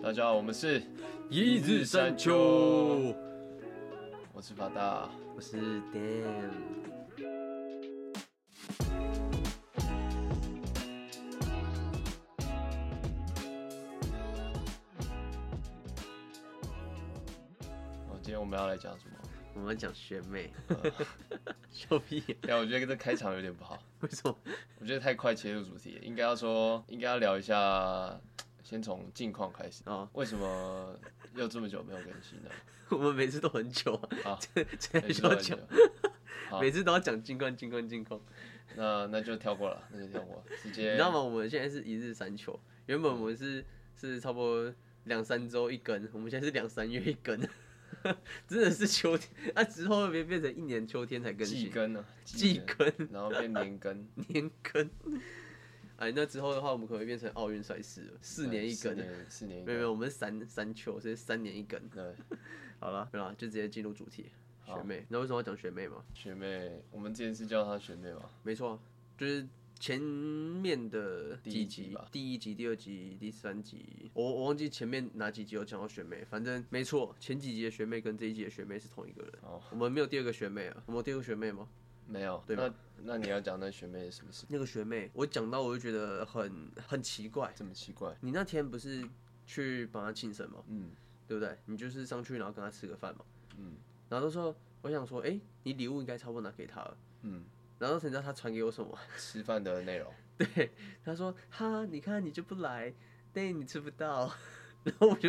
大家好，我们是一日三秋， 我是法大， 我是 Dan。 今天我们要来讲什么？ 我们讲学妹，笑屁！ 但我觉得这开场有点不好。 为什么？ 我觉得太快切入主题了，应该要聊一下，先从近况开始。 哦， 为什么又这么久没有更新呢？ 我们每次都很久啊，这每次都很久， 每次都要讲近况。 那就跳过了，直接。 你知道吗？我们现在是一日三秋，原本我们是差不多2-3周一更，我们现在是2-3月一更。真的是秋天，之后变成1年秋天才更新。 季更啊， 季更， 然后变年更， 年更。那之后的话，我们可能会变成奥运赛事了，4年一更。 4年一更。 没有，我们是三秋，所以3年一更。 对， 好了，没了，就直接进入主题。学妹，你知道为什么要讲学妹吗？ 学妹，我们之前是叫她学妹吗？ 没错，就是前面的几集吧， 第1集、第2集、第3集，我忘记前面哪几集有讲到学妹，反正没错，前几集的学妹跟这一集的学妹是同一个人。我们没有第2个学妹啊，我们有第2个学妹吗？ 没有，对吧？那你要讲那学妹是什么事？ 那个学妹，我讲到我就觉得很奇怪。 这么奇怪？ 你那天不是去帮她庆生吗？对不对？你就是上去然后跟她吃个饭嘛。然后那时候我想说，你礼物应该差不多拿给她了。然后你知道她传给我什么？ 吃饭的内容。 对，她说哈，你看你就不来，但你吃不到。然后我就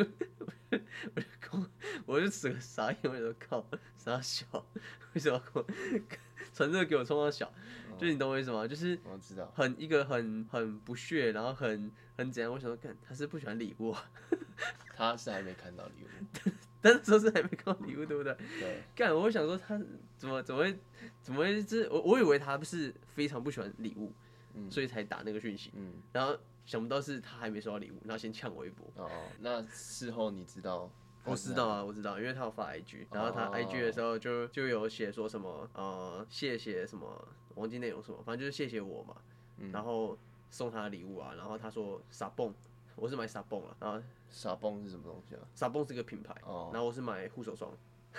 整个傻眼，我就说靠，傻小，为什么要传这个给我冲到小？就是你懂我意思吗？就是我知道， 一个很不屑，然后很怎样？我想说，干他是不喜欢礼物， 他是还没看到礼物， 但那时候是还没看到礼物，对不对？ 对。 干，我想说他怎么会？这我以为他是非常不喜欢礼物，所以才打那个讯息，然后。想不到是他还没收到礼物，然后先呛我一波。 那事后你知道？ 我知道啊，我知道，因为他有发 IG， 然后他 IG 的时候就有写说什么谢谢什么，忘记内容什么，反正就是谢谢我嘛，然后送他的礼物啊，然后他说傻蹦，我是买傻蹦了，然后傻蹦是什么东西啊？ 傻蹦是个品牌，然后我是买护手霜，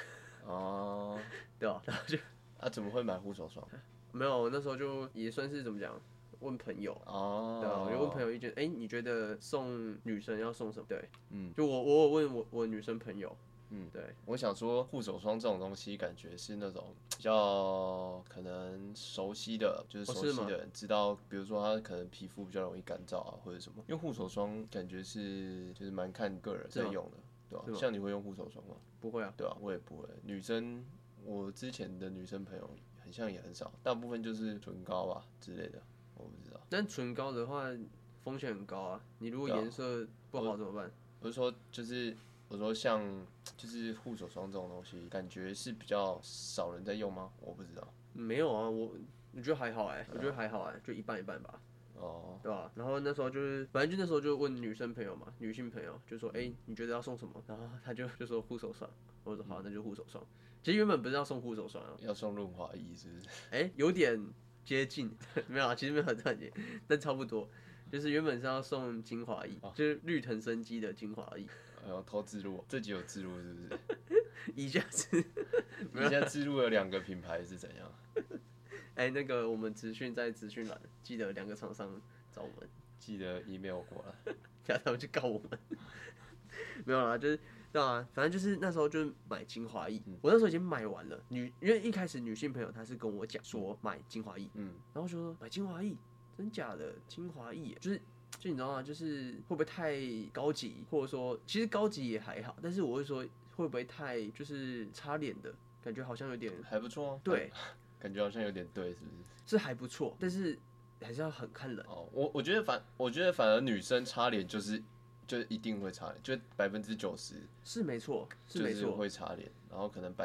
对吧？然后就怎么会买护手霜？ 没有，我那时候就也算是怎么讲？问朋友对啊，我就问朋友意见，你觉得送女生要送什么？对，就我有问我女生朋友，对， 我想说护手霜这种东西，感觉是那种比较可能熟悉的，就是熟悉的人知道，比如说他可能皮肤比较容易干燥啊，或者什么。因为护手霜感觉就是蛮看个人在用的，对吧？像你会用护手霜吗？ 不会啊， 对啊，我也不会。女生，我之前的女生朋友很像也很少，大部分就是唇膏吧之类的。我不知道， 但唇膏的话风险很高啊！你如果颜色不好怎么办？ 我是说，我说像就是护手霜这种东西，感觉是比较少人在用吗？我不知道。 没有啊，我觉得还好我觉得还好就一半一半吧。对吧？然后那时候反正就那时候就问女生朋友嘛，女性朋友就说，你觉得要送什么？然后他就说护手霜，我说好，那就护手霜。其实原本不是要送护手霜啊， 要送润滑液是不是？ 有点。接近没有啊，其实没有很接近，但差不多。就是原本是要送精华液，就是绿藤生机的精华液。 偷自录，这集有自录是不是？ 以下是， 以下自录了2个品牌是怎样？ 那个我们在资讯栏，记得2个厂商找我们， 记得 email 过来， 让他们去告我们。没有啦，就是对啊，反正就是那时候就是买精华液，我那时候已经买完了。因为一开始女性朋友她是跟我讲说买精华液，然后说买精华液，真假的精华液，就你知道吗？就是会不会太高级，或者说其实高级也还好，但是我会说会不会太就是擦脸的感觉，好像有点还不错， 对， 感觉好像有点对，是不是？ 是还不错，但是还是要很看人。 我觉得反而女生擦脸就一定会擦脸，就90% 是没错， 就是会擦脸，然后可能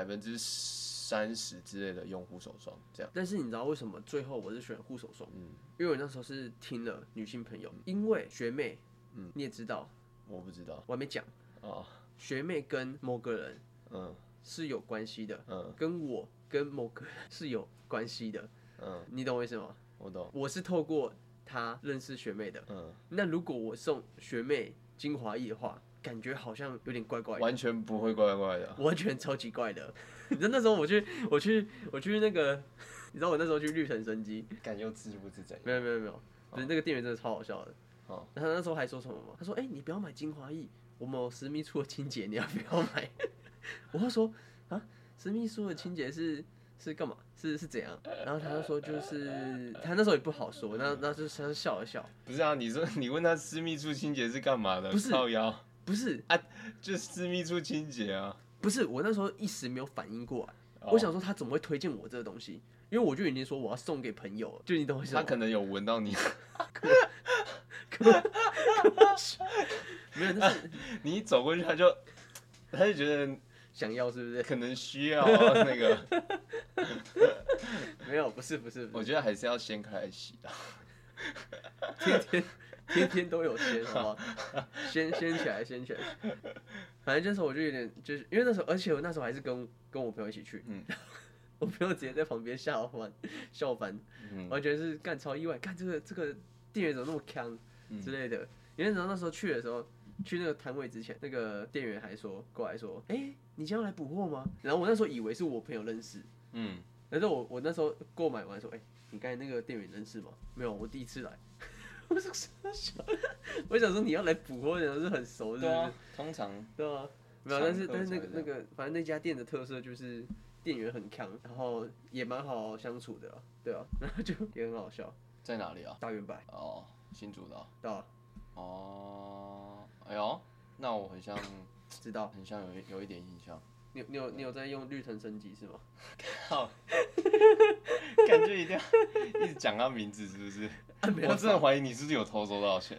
30%之类的用护手霜这样。 但是你知道为什么最后我是选护手霜？因为我那时候是听了女性朋友，因为学妹，你也知道， 我不知道， 我还没讲学妹跟某个人，是有关系的，跟我跟某个人是有关系的，你懂我意思吗？ 我懂， 我是透过他认识学妹的，那如果我送学妹精华液的话， 感觉好像有点怪怪的， 完全不会怪怪的， 完全超级怪的。你知道那时候我去那个，你知道我那时候去绿藤生机， 感又自不自在。 没有，不是那个店员真的超好笑的。然后他那时候还说什么嘛？他说：“哎，你不要买精华液，我们有私密处的清洁，你要不要买？”我就说：“啊，私密处的清洁是干嘛？是怎样？”然后他就说：“就是他那时候也不好说，那就他就笑了笑。” 不是啊，你说你问他私密处清洁是干嘛的？ 不是靠腰。 不是啊，就是私密处清洁啊。 不是，我那时候一时没有反应过来。我想说他怎么会推荐我这个东西？因为我就已经说我要送给朋友了，就你懂我意思吗？ 他可能有闻到你。 没有，但是你一走过去，他就觉得想要是不是？ 可能需要那个。 没有，不是。 我觉得还是要掀开来洗的。 天天都有掀，好不好？掀起来。反正那时候我就有点，就是因为那时候，而且我那时候还是跟我朋友一起去，我朋友直接在旁边笑翻，完全是干超意外，干这个店员怎么那么强之类的。因为那时候去的时候，去那个摊位之前，那个店员还过来说，你今天要来补货吗？然后我那时候以为是我朋友认识，但是我那时候购买完说，你刚才那个店员认识吗？没有，我第一次来。我想说你要来补货，然后是很熟，是不是？ 对啊，通常对啊，没有，但是那个，反正那家店的特色就是店员很强，然后也蛮好相处的啦，对啊，然后就也很好笑。在哪里啊？ 大圆柏。 哦，新竹的。 对啊。 哦，哎呦，那我很像知道， 很像有一点印象。 你有在用绿藤生机是吗？ 靠，感觉一定要一直讲他名字是不是？我真的怀疑你是不是有偷收到钱。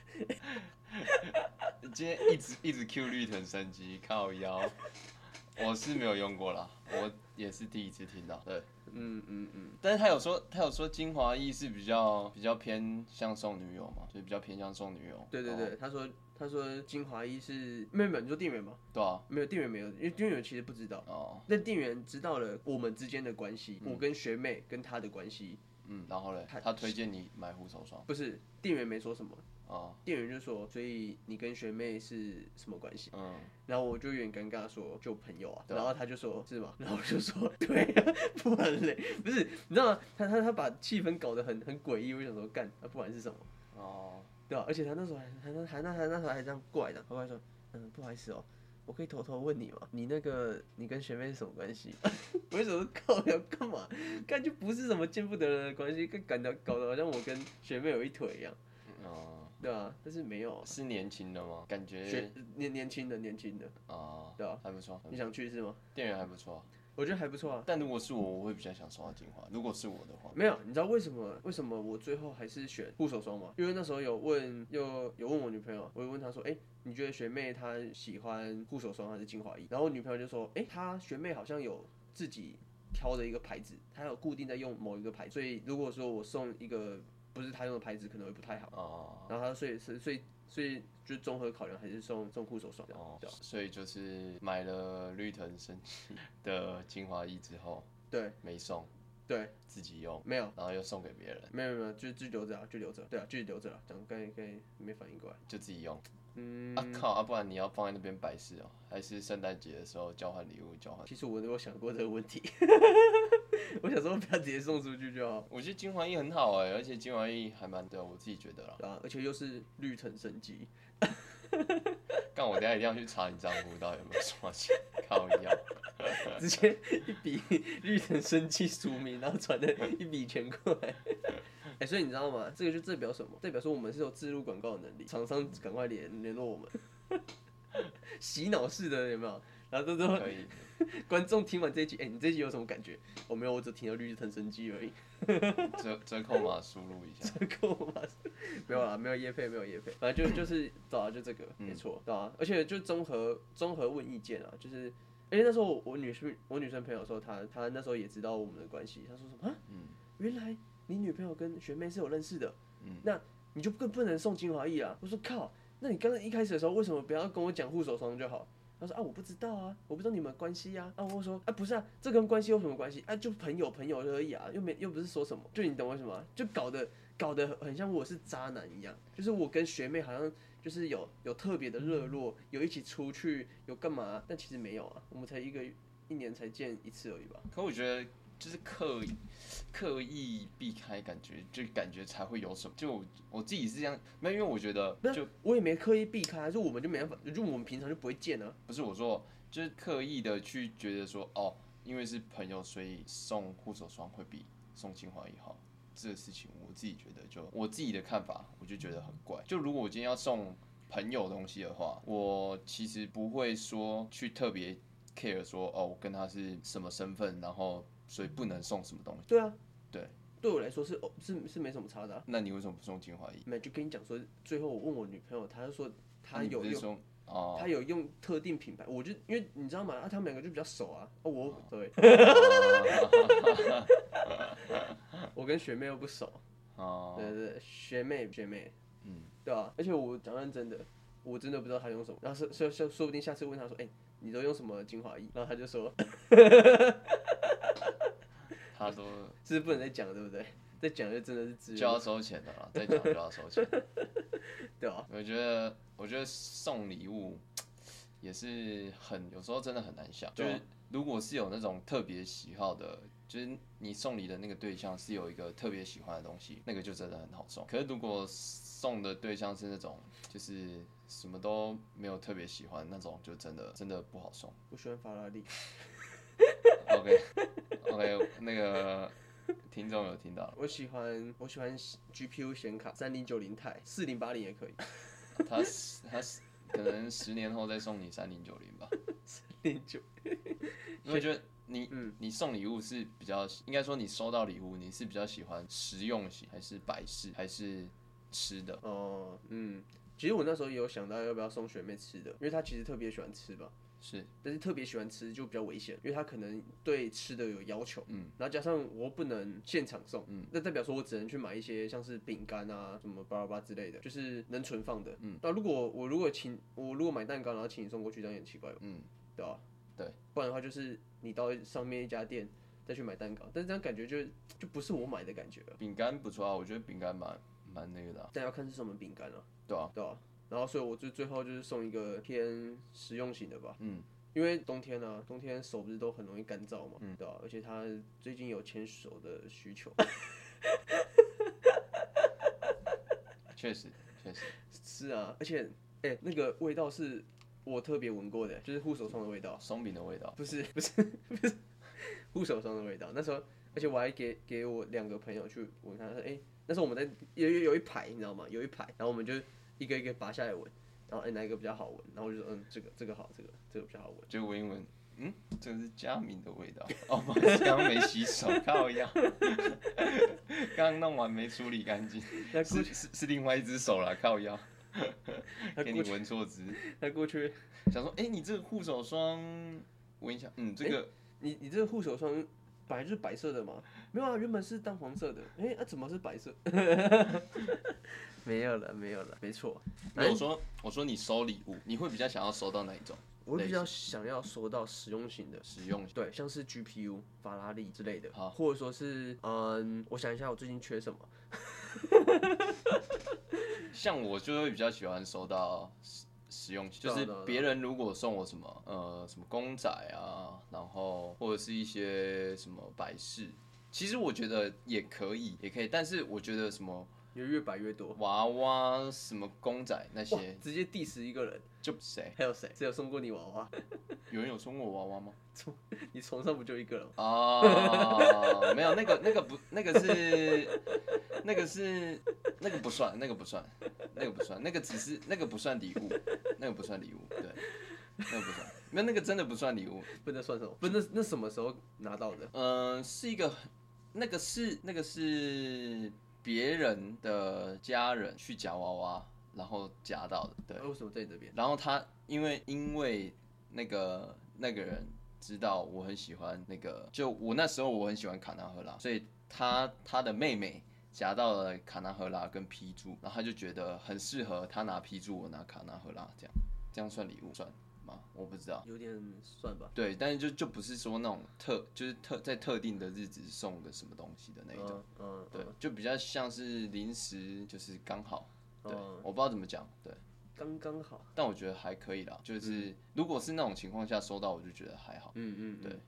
今天一直 Q 绿藤生机，靠腰，我是没有用过啦，我也是第一次听到。对，但是他有说精华液是比较偏向送女友嘛，就是比较偏向送女友。 对，他说精华液是没有，你说店员吗？ 对啊， 没有店员没有，因为店员其实不知道。但店员知道了我们之间的关系，我跟学妹跟他的关系。 然后嘞，他推荐你买护手霜。 不是，店员没说什么。店员就说，所以你跟学妹是什么关系？然后我就有点尴尬说，就朋友啊。然后他就说，是吗？然后我就说，对啊，不然嘞，不是，你知道吗？他把气氛搞得很诡异，我就想说，干，不然是什么？对啊，而且他那时候还这样过来的，他过来说，不好意思哦。我可以偷偷问你吗？你跟学妹是什么关系？为什么靠要干嘛？干就不是什么见不得人的关系，搞得好像我跟学妹有一腿一样。对啊，但是没有。 是年轻的吗？感觉年轻的。对啊， 还不错。 你想去是吗？ 店员还不错。 我觉得还不错啊。 但如果是我会比较想送他精华。如果是我的话， 没有，你知道为什么我最后还是选护手霜吗？因为那时候有问我女朋友，我有问她说，你觉得学妹她喜欢护手霜还是精华液？然后我女朋友就说，她学妹好像有自己挑的一个牌子，她有固定在用某一个牌子，所以如果说我送一个不是她用的牌子，可能会不太好。然后她所以就综合考量，还是送护手霜。 所以就是买了绿藤生机的精华液之后， 对， 没送， 对， 自己用， 没有， 然后又送给别人， 没有，就留着啊，就留着，对啊，就留着了。讲刚才没反应过来， 就自己用。靠，不然你要放在那边摆饰哦，还是圣诞节的时候交换礼物交换？ 其实我有想过这个问题。我想说不要直接送出去就好。 我觉得精华液很好而且精华液还蛮对我自己觉得啦。 对啊，而且又是绿藤生机。 干，我等一下一定要去查你账户到底有没有刷钱，靠腰。 直接一笔绿藤生机署名，然后传了一笔钱过来。所以你知道吗？这个就代表什么？代表说我们是有置入广告的能力，厂商赶快联络我们。洗脑式的有没有？然后都可以。 观众听完这一集，你这一集有什么感觉？我没有，我只听到绿藤生机而已。 折扣码输入一下。 折扣码没有啦，没有业配，反正就是找到就这个，没错，对啊。而且就综合问意见啊，就是，那时候我女生朋友说，她那时候也知道我们的关系，她说什么啊？原来你女朋友跟学妹是有认识的，那你就更不能送精华液啊。我说靠，那你刚刚一开始的时候为什么不要跟我讲护手霜就好？他说我不知道啊，我不知道你们关系啊。我说不是啊，这跟关系有什么关系啊？就朋友而已啊，又不是说什么，就你懂为什么？就搞搞得很像我是渣男一样，就是我跟学妹好像就是有特别的热络，有一起出去，有干嘛，但其实没有啊，我们才一年才见一次而已吧。 可我觉得就是刻意避开，感觉才会有什么。就我自己是这样，没有，因为我觉得我也没刻意避开，就我们就没办法，就我们平常就不会见啊。 不是我说，就是刻意的去觉得说，哦，因为是朋友，所以送护手霜会比送精华液好。这个事情我自己觉得，就我自己的看法，我就觉得很怪。就如果我今天要送朋友东西的话，我其实不会说去特别 care 说，哦，我跟他是什么身份，然后所以不能送什么东西。 对啊， 对， 对我来说是没什么差的啊。 那你为什么不送精华液？ 没就跟你讲说，最后我问我女朋友，她就说她有用。 哦， 他有用特定品牌，我就因为你知道吗？他们两个就比较熟啊。我对，我跟学妹又不熟。对，学妹，对啊。而且我讲认真的，我真的不知道他用什么。然后说不定下次问他说，你都用什么精华液？然后他就说， 他说是不能再讲了，对不对？再讲就真的是就要收钱的啦，再讲就要收钱。 对啊。 我觉得送礼物也是有时候真的很难想，就是如果是有那种特别喜好的，就是你送礼的那个对象是有一个特别喜欢的东西，那个就真的很好送。可是如果送的对象是那种就是什么都没有特别喜欢那种，就真的不好送。 我喜欢法拉利。 OK， 那个听众有听到了。 我喜欢 GPU 显卡3090 钛，4080也可以。 他可能10年后再送你3090吧。 3090。 因为我觉得你送礼物是比较，应该说你收到礼物，你是比较喜欢实用型，还是摆饰，还是吃的？ 哦，其实我那时候也有想到要不要送学妹吃的，因为她其实特别喜欢吃吧。 是， 但是特别喜欢吃就比较危险，因为她可能对吃的有要求。然后加上我不能现场送。那代表说我只能去买一些像是饼干啊、什么巴拉巴之类的，就是能存放的。那如果买蛋糕，然后请你送过去，这样也很奇怪吧？对吧？ 对， 不然的话就是你到上面一家店再去买蛋糕，但是这样感觉就不是我买的感觉了。 饼干不错啊，我觉得饼干蛮那个的啊。 但要看是什么饼干啊。 对啊。 然后所以我就最后就是送一个偏实用型的吧。因为冬天手不是都很容易干燥嘛。对吧？而且他最近有牵手的需求。 确实。 是啊，而且那个味道是我特别闻过的，就是护手霜的味道。 松饼的味道。 不是护手霜的味道。那时候，而且我还给我2个朋友去闻，他说，那时候我们在有一排，你知道吗？有一排，然后我们就一个一个拔下来闻，然后哪一个比较好闻，然后我就说，这个好，这个比较好闻。 就闻一闻，这个是佳明的味道。哦，不，刚刚没洗手，靠腰。刚刚弄完没处理干净，是另外一只手啦，靠腰。给你闻错汁。 他过去想说，你这个护手霜闻一下，这个你这个护手霜本来就是白色的嘛？没有啊，原本是淡黄色的。怎么是白色？没有了，没错。 我说你收礼物，你会比较想要收到哪一种？ 我会比较想要收到实用型的。 对， 像是 GPU、法拉利之类的， 好， 或者说是我想一下，我最近缺什么？ 像我就会比较喜欢收到实用型，就是别人如果送我什么公仔啊，然后或者是一些什么摆饰，其实我觉得也可以，但是我觉得什么越摆越多， 娃娃什么公仔那些， 直接 diss 一个人， 就谁？ 还有谁？谁有送过你娃娃？ 有人有送过我娃娃吗？ 你床上不就一个人吗？ 哦，没有，那个不算，那个不算，那个不算礼物，对，那个不算，没有那个真的不算礼物， 不能算什么？不是那什么时候拿到的？ 是一个，那个是别人的家人去夹娃娃，然后夹到的，对。 为什么在你这边？ 然后他因为那个人知道我很喜欢那个，就我那时候我很喜欢卡纳赫拉，所以他的妹妹夹到了卡纳赫拉跟批注，然后他就觉得很适合他拿批注，我拿卡纳赫拉，这样算礼物算。 吗？我不知道， 有点算吧。 对，但是就不是说那种就是在特定的日子送个什么东西的那一种，对，就比较像是临时，就是刚好，对，我不知道怎么讲，对， 刚刚好， 但我觉得还可以啦，就是如果是那种情况下收到，我就觉得还好，对。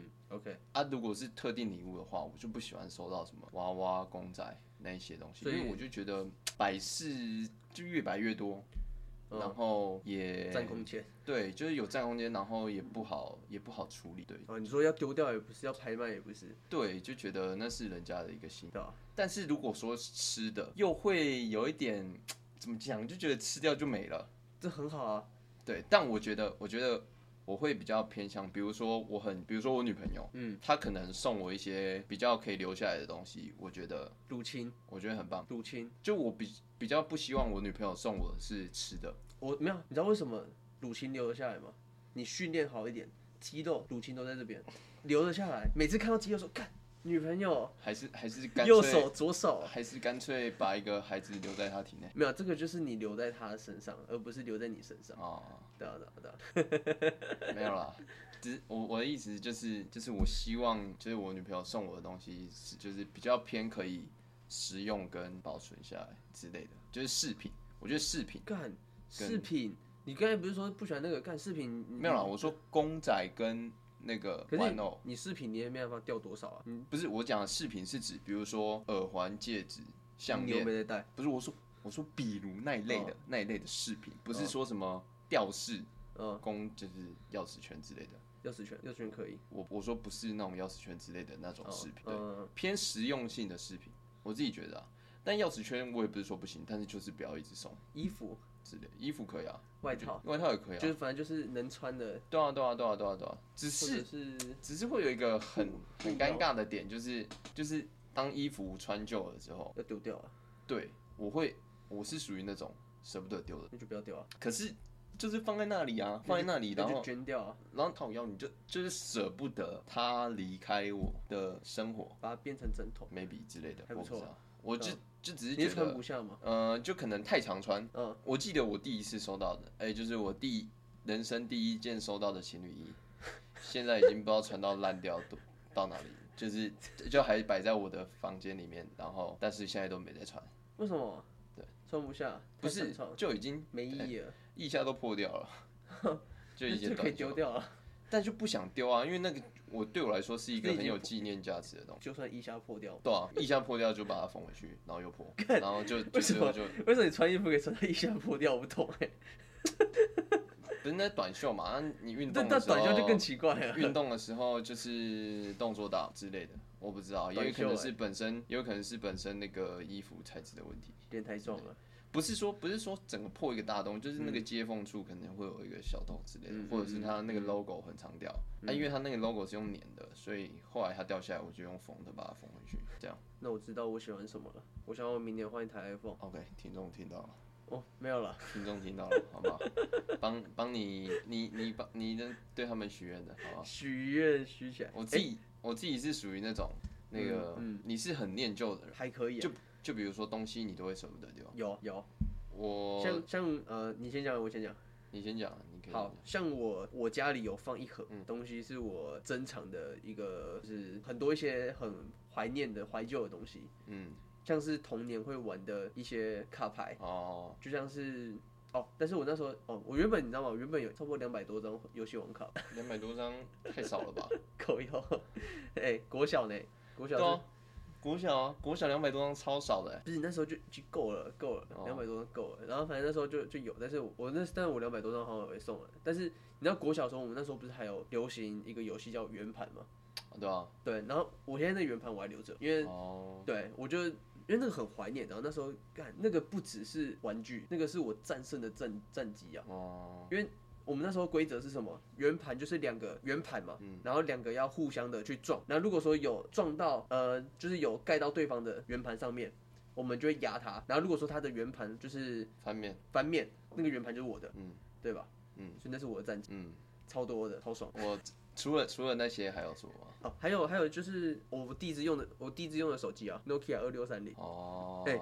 OK 啊，如果是特定礼物的话，我就不喜欢收到什么娃娃、公仔那一些东西，因为我就觉得摆饰就越摆越多，然后也占空间。 对，就是有占空间，然后也不好处理。对， 你说要丢掉也不是，要拍卖也不是。 对，就觉得那是人家的一个心。 对啊。 但是如果说吃的，又会有一点怎么讲，就觉得吃掉就没了。 这很好啊。 对，但我觉得我会比较偏向，比如说我女朋友，她可能送我一些比较可以留下来的东西，我觉得乳清， 我觉得很棒。 乳清， 就我比较不希望我女朋友送我的是吃的。 我没有，你知道为什么乳清留得下来吗？你训练好一点，肌肉乳清都在这边，留得下来。每次看到肌肉说，干女朋友， 还是干脆右手左手， 还是干脆把一个孩子留在她体内。 没有，这个就是你留在她身上，而不是留在你身上。哦，对啊。 没有啦，只是我的意思就是我希望就是我女朋友送我的东西就是比较偏可以食用跟保存下来之类的，就是饰品。我觉得饰品饰品，你刚才不是说不喜欢那个饰品？ 没有啦，我说公仔跟那个玩偶。 你饰品你也没办法掉多少啊？ 不是，我讲的饰品是指比如说耳环、戒指、项链。 你有没在戴？ 不是，我说比如那一类的饰品，不是说什么吊饰。就是钥匙圈之类的， 钥匙圈可以。 我说不是那种钥匙圈之类的那种饰品，对，偏实用性的饰品，我自己觉得啊。但钥匙圈我也不是说不行，但是就是不要一直送。 衣服之类的，衣服可以啊， 外套也可以啊， 就是反正就是能穿的。 对啊，只是会有一个很尴尬的点，就是当衣服穿旧了之后要丢掉啊。对， 我是属于那种舍不得丢的， 那就不要丢啊。 可是。就是放在那里啊，放在那里，然后捐掉啊， 然后靠腰，你就是舍不得他离开我的生活， 把它变成枕头 ，maybe 之类的， 还不错。 我就只是觉得穿不下吗？ 就可能太常穿。我记得我第一次收到的，就是我人生第一件收到的情侣衣，现在已经不知道穿到烂掉到哪里，就还摆在我的房间里面，然后但是现在都没在穿。 为什么？对，穿不下。 不是，就已经没意义了。 腋下都破掉了，就一件短袖可以丢掉了， 但就不想丢啊，因为那个对我来说是一个很有纪念价值的东西。 就算腋下破掉， 对啊，腋下破掉就把它缝回去，然后又破，然后为什么你穿衣服可以穿到腋下破掉？我不懂哎。 不是那短袖嘛？你运动的时候， 短袖就更奇怪了。 运动的时候就是动作大之类的，我不知道，也有可能是本身那个衣服材质的问题。 变太重了。 不是说整个破一个大洞，就是那个接缝处可能会有一个小洞之类的，或者是它那个 logo 很常掉，因为它那个 logo 是用粘的，所以后来它掉下来，我就用缝的把它缝回去，这样。 那我知道我喜欢什么了，我想我明年换一台 iPhone。 OK， 听众听到了。 哦，没有了。 听众听到了，好不好？帮你对他们许愿的，好不好？ 许愿许起来。 我自己是属于那种那个，你是很念旧的人， 还可以。 就比如说东西你都会舍不得丢。 有。 我像你先讲，我先讲。 你先讲，你可以。 好像我家里有放一盒东西，是我珍藏的一个，就是很多一些很怀念的怀旧的东西。像是童年会玩的一些卡牌。就像是但是我那时候我原本你知道吗？我原本有差不多200多张游戏王卡。 200多张太少了吧？ 够用。国小呢？国小。 国小200多张超少的。 不是那时候就够了，200多张够了。然后反正那时候就有，但是我200多张好像也送了。但是你知道国小的时候，我们那时候不是还有流行一个游戏叫圆盘吗？ 对啊。 对，然后我现在那圆盘我还留着，因为对我就因为那个很怀念。然后那时候那个不只是玩具，那个是我战胜的战绩啊。因为我们那时候规则是什么？圆盘就是2个圆盘嘛，然后2个要互相的去撞。然后如果说有撞到就是有盖到对方的圆盘上面，我们就会压它。然后如果说它的圆盘就是翻面，那个圆盘就是我的，对吧？所以那是我的战绩，超多的，超爽。 我除了那些还有什么吗？ 还有就是我第一支用的手机啊，Nokia 2630。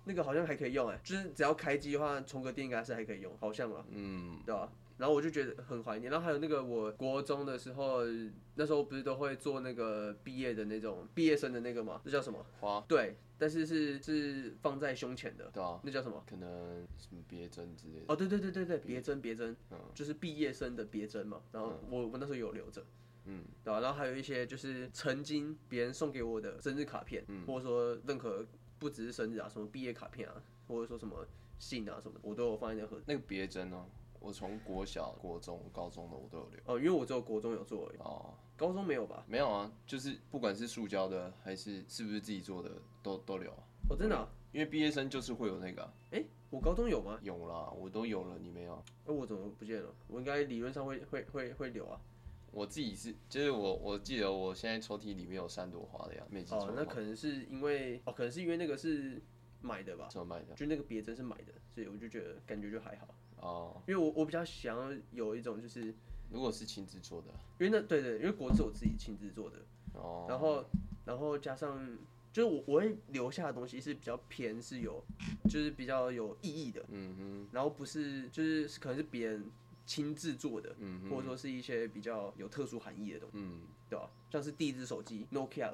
那个好像还可以用就是只要开机的话，充个电应该是还可以用，好像啦，对吧？然后我就觉得很怀念，然后还有那个我国中的时候，那时候不是都会做那个毕业的那种毕业生的那个吗？这叫什么？ 花。 对，但是是放在胸前的。 对啊。 那叫什么？ 可能什么别针之类的。 哦，对，别针，就是毕业生的别针嘛。然后我那时候有留着。对吧？然后还有一些就是曾经别人送给我的生日卡片，或者说任何不只是生日啊，什么毕业卡片啊，或者说什么信啊什么的，我都有放在那盒子。 那个别针哦，我从国小、国中、高中的我都有留。 哦，因为我只有国中有做而已。 哦， 高中没有吧？ 没有啊，就是不管是塑胶的还是是不是自己做的，都留。 哦，真的啊？ 因为毕业生就是会有那个。 我高中有吗？ 有啦，我都有了，你没有？ 我怎么不见了？我应该理论上会留啊。 我自己是，就是我记得我现在抽屉里面有3朵花的呀，没记错。 那可能是因为那个是买的吧？ 怎么买的？ 就那个别针是买的，所以我就觉得感觉就还好。 哦。 因为我比较想要有一种就是， 如果是亲自做的。 因为对，因为国是我自己亲自做的。哦。然后加上就是我会留下的东西是比较偏是有，就是比较有意义的。然后不是就是可能是别人亲自做的，或者说是一些比较有特殊含义的东西，对吧？像是第一只手机 Nokia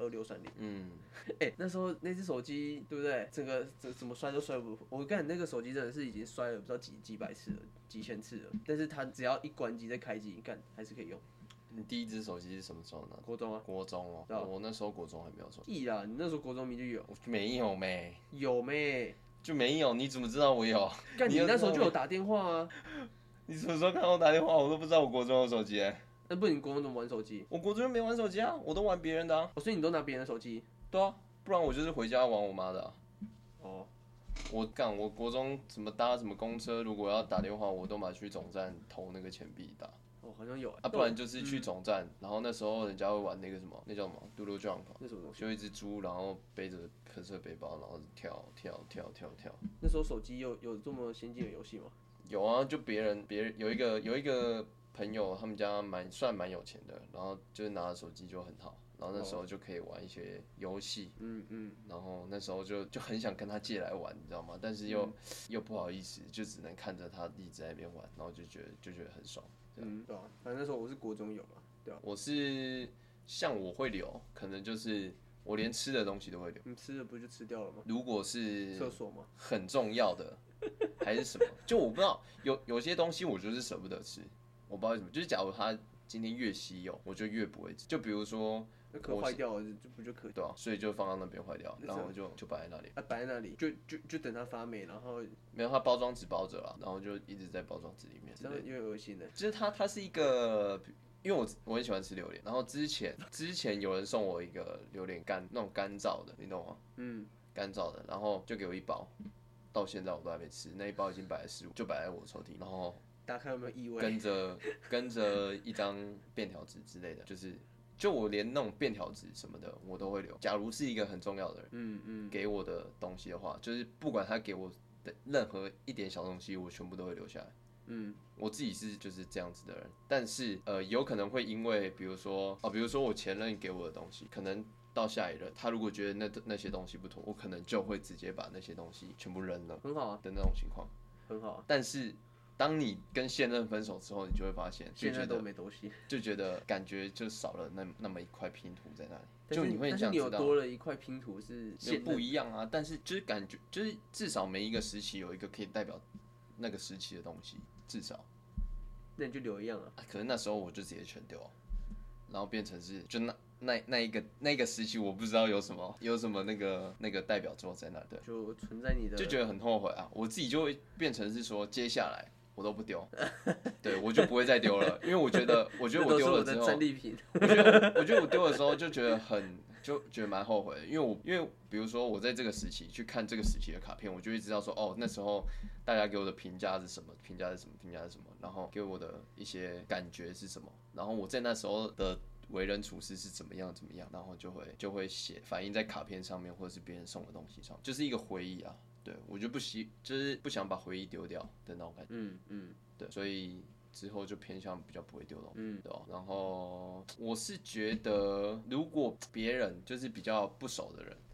2630，那时候那只手机对不对？整个怎么摔都摔不，我干那个手机真的是已经摔了不知道几百次了，几千次了，但是它只要一关机再开机，干还是可以用。 你第一只手机是什么时候拿？ 国中啊。 国中哦。我那时候国中还没有手机。 屁啦，你那时候国中明就有。 没有没。 有没？ 就没有，你怎么知道我有？ 干你那时候就有打电话啊。 你什么时候看我打电话？我都不知道我国中有手机那不然你国中怎么玩手机？ 我国中没玩手机啊，我都玩别人的啊。 所以你都拿别人的手机？ 对啊，不然我就是回家玩我妈的啊。 哦。 我国中怎么搭什么公车，如果要打电话，我都马去总站投那个钱币打。 好像有不然就是去总站，然后那时候人家会玩那个什么，那叫什么 Doodle Jump， 那什么东西？ 就一只猪，然后背着喷射背包，然后跳。 那时候手机有这么先进的游戏吗？ 有啊，就别人有一个朋友，他们家算蛮有钱的，然后就是拿着手机就很好，然后那时候就可以玩一些游戏，然后那时候就很想跟他借来玩，你知道吗？但是又不好意思，就只能看着他一直在那边玩，然后就觉得很爽。 对啊，反正那时候我是国中有嘛，对啊。 我是像我会留，可能就是我连吃的东西都会留。 你吃的不就吃掉了吗？ 如果是厕所吗？ 很重要的还是什么？就我不知道，有些东西我就是舍不得吃，我不知道为什么。就是假如它今天越稀有，我就越不会吃。就比如说。 那壳坏掉了，就可以？ 对啊，所以就放到那边坏掉，然后就摆在那里。 摆在那里，就等它发霉，然后没有它包装纸包着了，然后就一直在包装纸里面。 这样有点恶心的。 就是它是一个，因为我很喜欢吃榴莲，然后之前有人送我一个榴莲干，那种干燥的，你懂吗？干燥的，然后就给我一包，到现在我都还没吃，那一包已经摆在就摆在我抽屉，然后打开有没有异味？ 跟着一张便条纸之类的，就我连那种便条纸什么的我都会留。假如是一个很重要的人，给我的东西的话，就是不管他给我的任何一点小东西，我全部都会留下来。我自己是就是这样子的人，但是有可能会因为比如说我前任给我的东西，可能到下一任，他如果觉得那些东西不妥，我可能就会直接把那些东西全部扔了。 很好啊的那种情况， 很好啊。 但是。当你跟现任分手之后，你就会发现， 现在都没东西， 就觉得感觉就少了那么一块拼图在那里。就你会想知道， 但是你有多了一块拼图是不一样啊。但是就是感觉，就是至少每一个时期有一个可以代表那个时期的东西，至少。 那你就留一样啊。 可是那时候我就直接全丢，然后变成是就那个时期，我不知道有什么那个代表作在那，对， 就存在你的， 就觉得很后悔啊。我自己就会变成是说，接下来。我都不丢，对我就不会再丢了，因为我觉得我丢了之后，我觉得我丢的时候就觉得蛮后悔的，因为比如说我在这个时期去看这个时期的卡片，我就会知道说哦那时候大家给我的评价是什么，然后给我的一些感觉是什么，然后我在那时候的为人处事是怎么样，然后就会反映在卡片上面或者是别人送的东西上，就是一个回忆啊。对，我就就是不想把回忆丢掉的那种感觉。对，所以之后就偏向比较不会丢东西，对吧？然后我是觉得，如果别人就是比较不熟的人，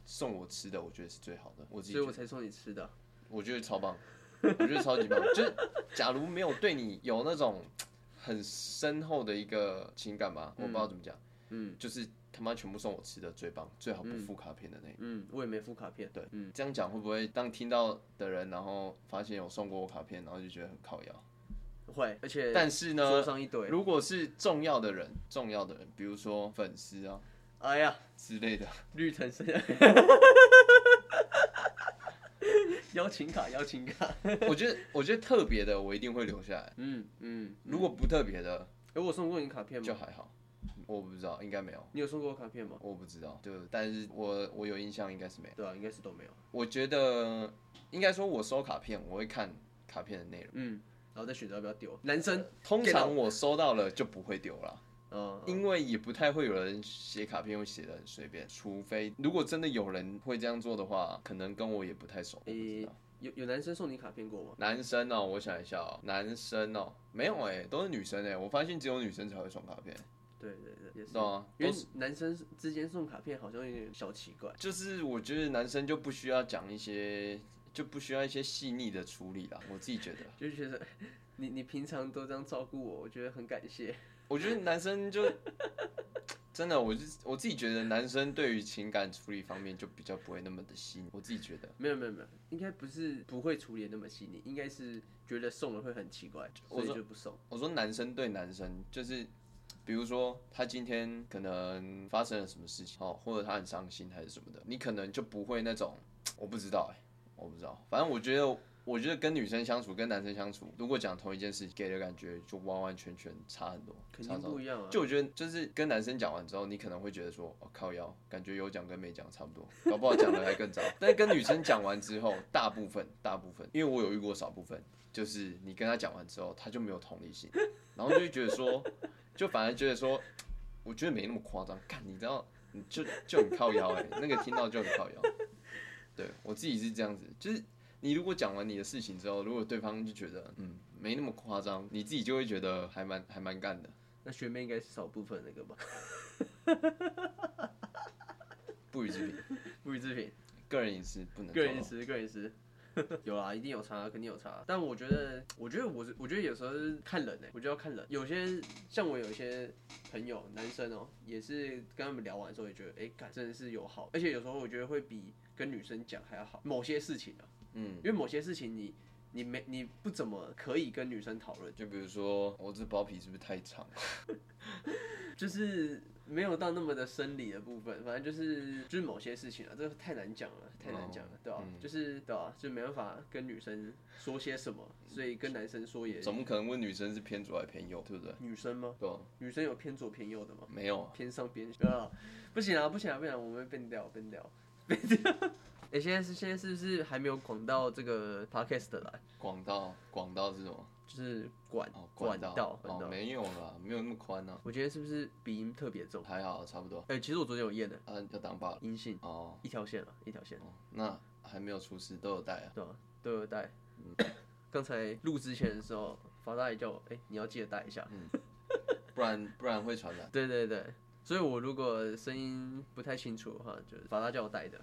送我吃的，我觉得是最好的。 所以我才送你吃的啊。 我觉得超棒，我觉得超级棒。就是假如没有对你有那种很深厚的一个情感吧，我不知道怎么讲。就是他妈全部送我吃的最棒，最好不附卡片的那种。 我也没附卡片。 对，这样讲会不会当听到的人，然后发现有送过我卡片，然后就觉得很靠腰？ 会，而且但是呢， 桌上一堆。 如果是重要的人，比如说粉丝啊， 哎呀之类的， 绿藤生，邀请卡。 我觉得特别的，我一定会留下来。如果不特别的， 我送过你卡片吗？ 就还好。我不知道，应该没有。 你有送过我卡片吗？ 我不知道，但是我有印象，应该是没有。 对啊，应该是都没有。 我觉得应该说，我收卡片，我会看卡片的内容， 然后再选择要不要丢。男生通常我收到了就不会丢了，因为也不太会有人写卡片会写的很随便，除非如果真的有人会这样做的话，可能跟我也不太熟。 有男生送你卡片过吗？ 男生哦，我想一下哦，男生哦，没有都是女生我发现只有女生才会送卡片。 对，也是。因为男生之间送卡片好像有点小奇怪。 就是我觉得男生就不需要讲一些，就不需要一些细腻的处理啦。我自己觉得， 就觉得你平常都这样照顾我，我觉得很感谢。 我觉得男生就真的，我自己觉得男生对于情感处理方面就比较不会那么的细腻。我自己觉得没有，应该不是不会处理那么细腻，应该是觉得送了会很奇怪，所以就不送。 我说男生对男生就是。比如说，他今天可能发生了什么事情，或者他很伤心还是什么的，你可能就不会那种，我不知道，反正我觉得跟女生相处跟男生相处，如果讲同一件事，给的感觉就完完全全差很多， 肯定不一样啊。 就我觉得就是跟男生讲完之后，你可能会觉得说，靠腰，感觉有讲跟没讲差不多，搞不好讲的还更糟。但是跟女生讲完之后，大部分，因为我有遇过少部分，就是你跟他讲完之后，他就没有同理心，然后就会觉得说。就反而觉得说，我觉得没那么夸张。看，你知道，你就很靠腰那个听到就很靠腰。对我自己是这样子，就是你如果讲完你的事情之后，如果对方就觉得没那么夸张，你自己就会觉得还蛮干的。 那学妹应该是少部分那个吧？ 不予置评。个人隐私不能。 个人隐私。有啦，一定有差，肯定有差。但我觉得有时候是看人我觉得要看人。有些像我有一些朋友，男生也是跟他们聊完之后也觉得，干真的是有好，而且有时候我觉得会比跟女生讲还要好。某些事情因为某些事情你不怎么可以跟女生讨论。 就比如说，我这包皮是不是太长？ 就是没有到那么的生理的部分，反正就是某些事情这个太难讲了，对吧？就是对吧？就没办法跟女生说些什么，所以跟男生说也。 怎么可能问女生是偏左还偏右，对不对？ 女生吗？ 对啊。 女生有偏左偏右的吗？ 没有。 偏上偏下。不行啊，不然我们会变掉。现在是不是还没有广到这个 podcast 来？ 广道是什么？ 就是管道没有啦，没有那么宽啊。 我觉得是不是鼻音特别重？ 还好，差不多。 其实我昨天有验的。 要当爸。 阴性。一条线。 那还没有出事，都有带啊。 对啊，都有带。刚才录之前的时候，法大也叫我，你要记得带一下。 不然会传染。 对。所以我如果声音不太清楚的话，就是法大叫我带的。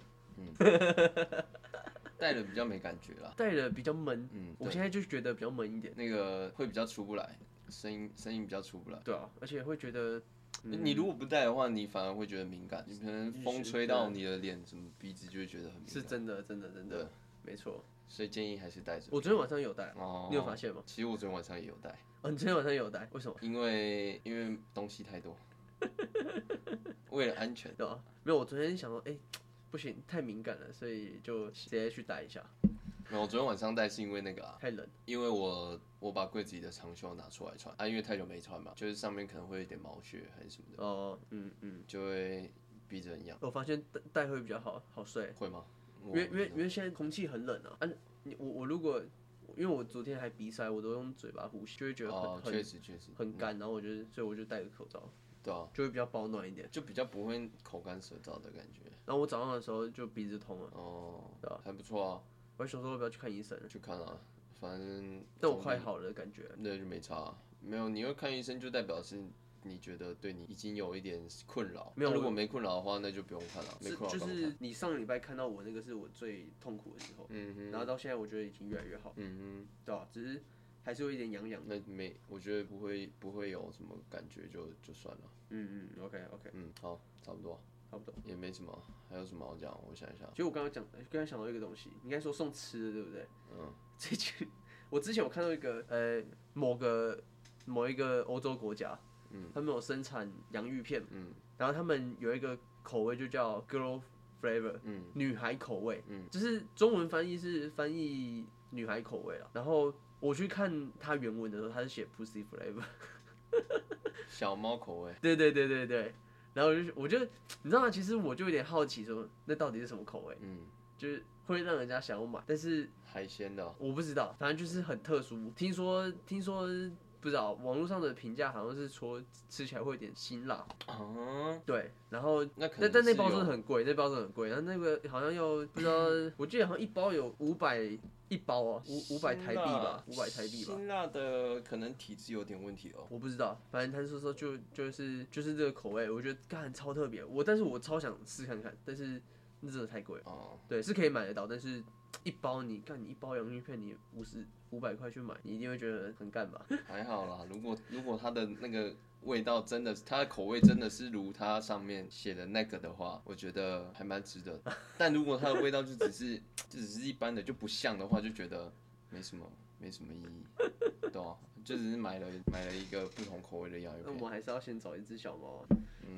戴了比较没感觉啦， 戴了比较闷。我现在就觉得比较闷一点， 那个会比较出不来，声音比较出不来。 对啊，而且会觉得， 你如果不戴的话，你反而会觉得敏感，你可能风吹到你的脸、什么鼻子就会觉得很敏感。 是真的，没错。 所以建议还是戴着。 我昨天晚上有戴，你有发现吗？ 其实我昨天晚上也有戴。 你昨天晚上也有戴，为什么？ 因为东西太多，为了安全。 对啊，没有，我昨天想说，不行，太敏感了，所以就直接去戴一下。 没有，我昨天晚上戴是因为那个太冷， 因为我把柜子里的长袖拿出来穿因为太久没穿嘛，就是上面可能会有一点毛屑还是什么的。就会鼻子很痒。我发现戴会比较好睡。 会吗？ 因为现在空气很冷啊。我如果因为我昨天还鼻塞，我都用嘴巴呼吸，就会觉得确实很干，然后所以我就戴个口罩。 对啊， 就会比较保暖一点， 就比较不会口干舌燥的感觉。 然后我早上的时候就鼻子痛了。对吧？ 还不错啊。 我想说要不要去看医生？ 去看啊，反正。 但我快好了的感觉。 那就没差没有，你会看医生就代表是你觉得对你已经有一点困扰。 没有， 如果没困扰的话，那就不用看了。没困扰就是你上个礼拜看到我那个是我最痛苦的时候，然后到现在我觉得已经越来越好，对吧？只是还是有一点痒痒。 那我觉得不会有什么感觉就算了。 OK， 好，差不多。也没什么，还有什么好讲？我想一下。 其实我刚才想到一个东西，应该说送吃的，对不对？最近我之前有看到一个某一个欧洲国家，他们有生产洋芋片，然后他们有一个口味就叫 girl flavor，女孩口味，就是中文翻译女孩口味啦。然后我去看它原文的时候，它是写 pussy flavor， 小猫口味。 对。然后我就你知道吗？其实我就有点好奇说，那到底是什么口味？就是会让人家想要买，但是海鲜的我不知道，反正就是很特殊。听说不知道，网络上的评价好像是说吃起来会有点辛辣。对，然后但那包真的很贵，然后那个好像要不知道，我记得好像一包有500一包哦，500台币吧，500台币吧。 辛辣的可能体质有点问题哦。 我不知道，反正他说就是这个口味，我觉得干超特别。但是我超想试看看，但是那真的太贵了。对，是可以买得到，但是一包你一包洋芋片，你500块去买，你一定会觉得很干吧？ 还好啦，如果它的那个味道真的，它的口味真的是如它上面写的那个的话，我觉得还蛮值得的。但如果它的味道就只是一般的，就不像的话，就觉得没什么意义，对吧？就只是买了一个不同口味的洋芋片。 那我们还是要先找一只小猫啊。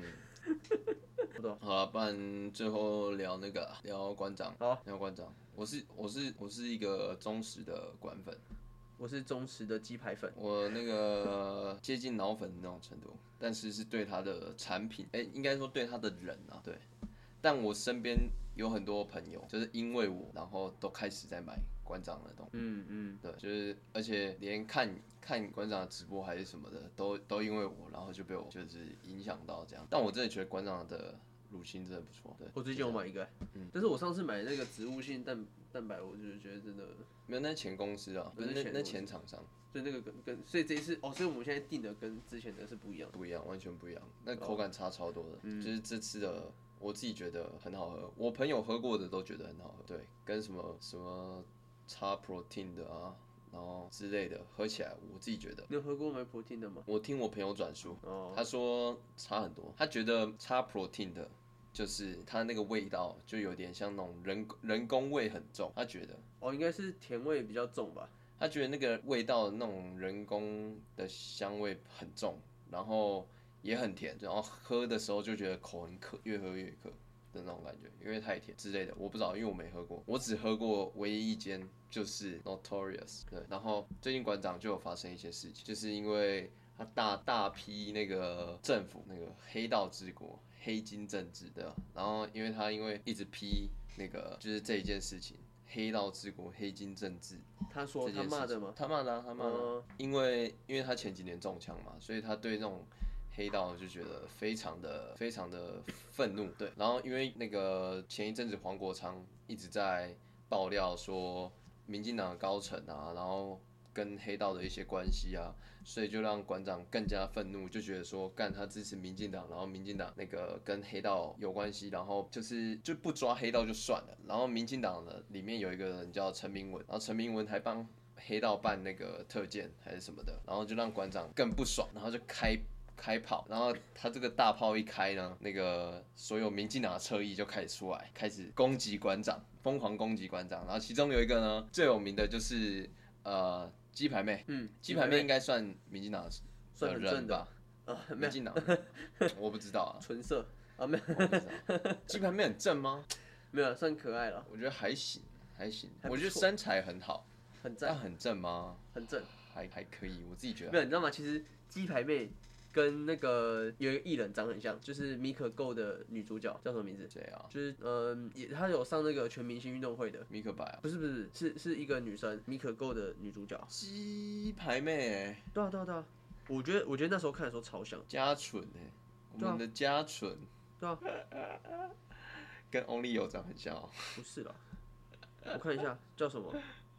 好了，不然最后聊馆长。 好， 聊馆长。我是一个忠实的馆粉。 我是忠实的鸡排粉， 我那个接近脑粉的那种程度，但是对他的产品，应该说对他的人啊，对。但我身边有很多朋友，就是因为我，然后都开始在买馆长的东西。对，就是而且连看馆长的直播还是什么的，都因为我，然后就被我就是影响到这样。但我真的觉得馆长的乳清真的不错。对， 我最近有买一个，但是我上次买那个植物性蛋白，我就觉得真的没有，那前公司啊，那前厂商， 所以那个所以这一次所以我们现在订的跟之前的是不一样， 完全不一样，那口感差超多的，就是这次的我自己觉得很好喝，我朋友喝过的都觉得很好喝，对，跟什么差 protein 的啊。然后之类的，喝起来我自己觉得。 你有喝过没 protein 的吗？ 我听我朋友转述，他说差很多，他觉得差 protein 的。就是它那个味道就有点像那种人工味很重，他觉得应该是甜味比较重吧。 他觉得那个味道那种人工的香味很重，然后也很甜，然后喝的时候就觉得口很渴，越喝越渴的那种感觉，因为太甜之类的，我不知道，因为我没喝过，我只喝过唯一一间就是 Notorious， 对，然后最近馆长就有发生一些事情，就是因为他大批那个政府那个黑道之国。黑金政治对吧？然后因为一直批那个就是这一件事情，黑道之国黑金政治。 他说他骂的吗？ 他骂的。因为他前几年中枪嘛，所以他对那种黑道就觉得非常的愤怒。对，然后因为那个前一阵子黄国昌一直在爆料说民进党的高层啊，然后跟黑道的一些关系啊。所以就让馆长更加愤怒，就觉得说，他支持民进党，然后民进党那个跟黑道有关系，然后就不抓黑道就算了，然后民进党的里面有一个人叫陈明文，然后陈明文还帮黑道办那个特检还是什么的，然后就让馆长更不爽，然后就开炮，然后他这个大炮一开呢，那个所有民进党的侧翼就开始出来，开始攻击馆长，疯狂攻击馆长，然后其中有一个呢最有名的就是鸡排妹，鸡排妹应该算民进党的人吧？民进党，我不知道啊。 纯色啊，没有。鸡排妹很正吗？ 没有，算可爱了。 我觉得还行。我觉得身材很好， 很赞。 很正吗？ 很正， 还可以，我自己觉得。 没有，你知道吗？其实鸡排妹跟那个有一个艺人长很像，就是 Mika Go 的女主角叫什么名字？ 谁啊？ 就是她有上那个全明星运动会的。 Mika 白啊？ 不是，是一个女生 Mika Go 的女主角。 鸡排妹对啊。我觉得那时候看的时候超像。 嘉纯我们的嘉纯。 对啊。 跟 Only 有长很像哦。 不是啦，我看一下叫什么。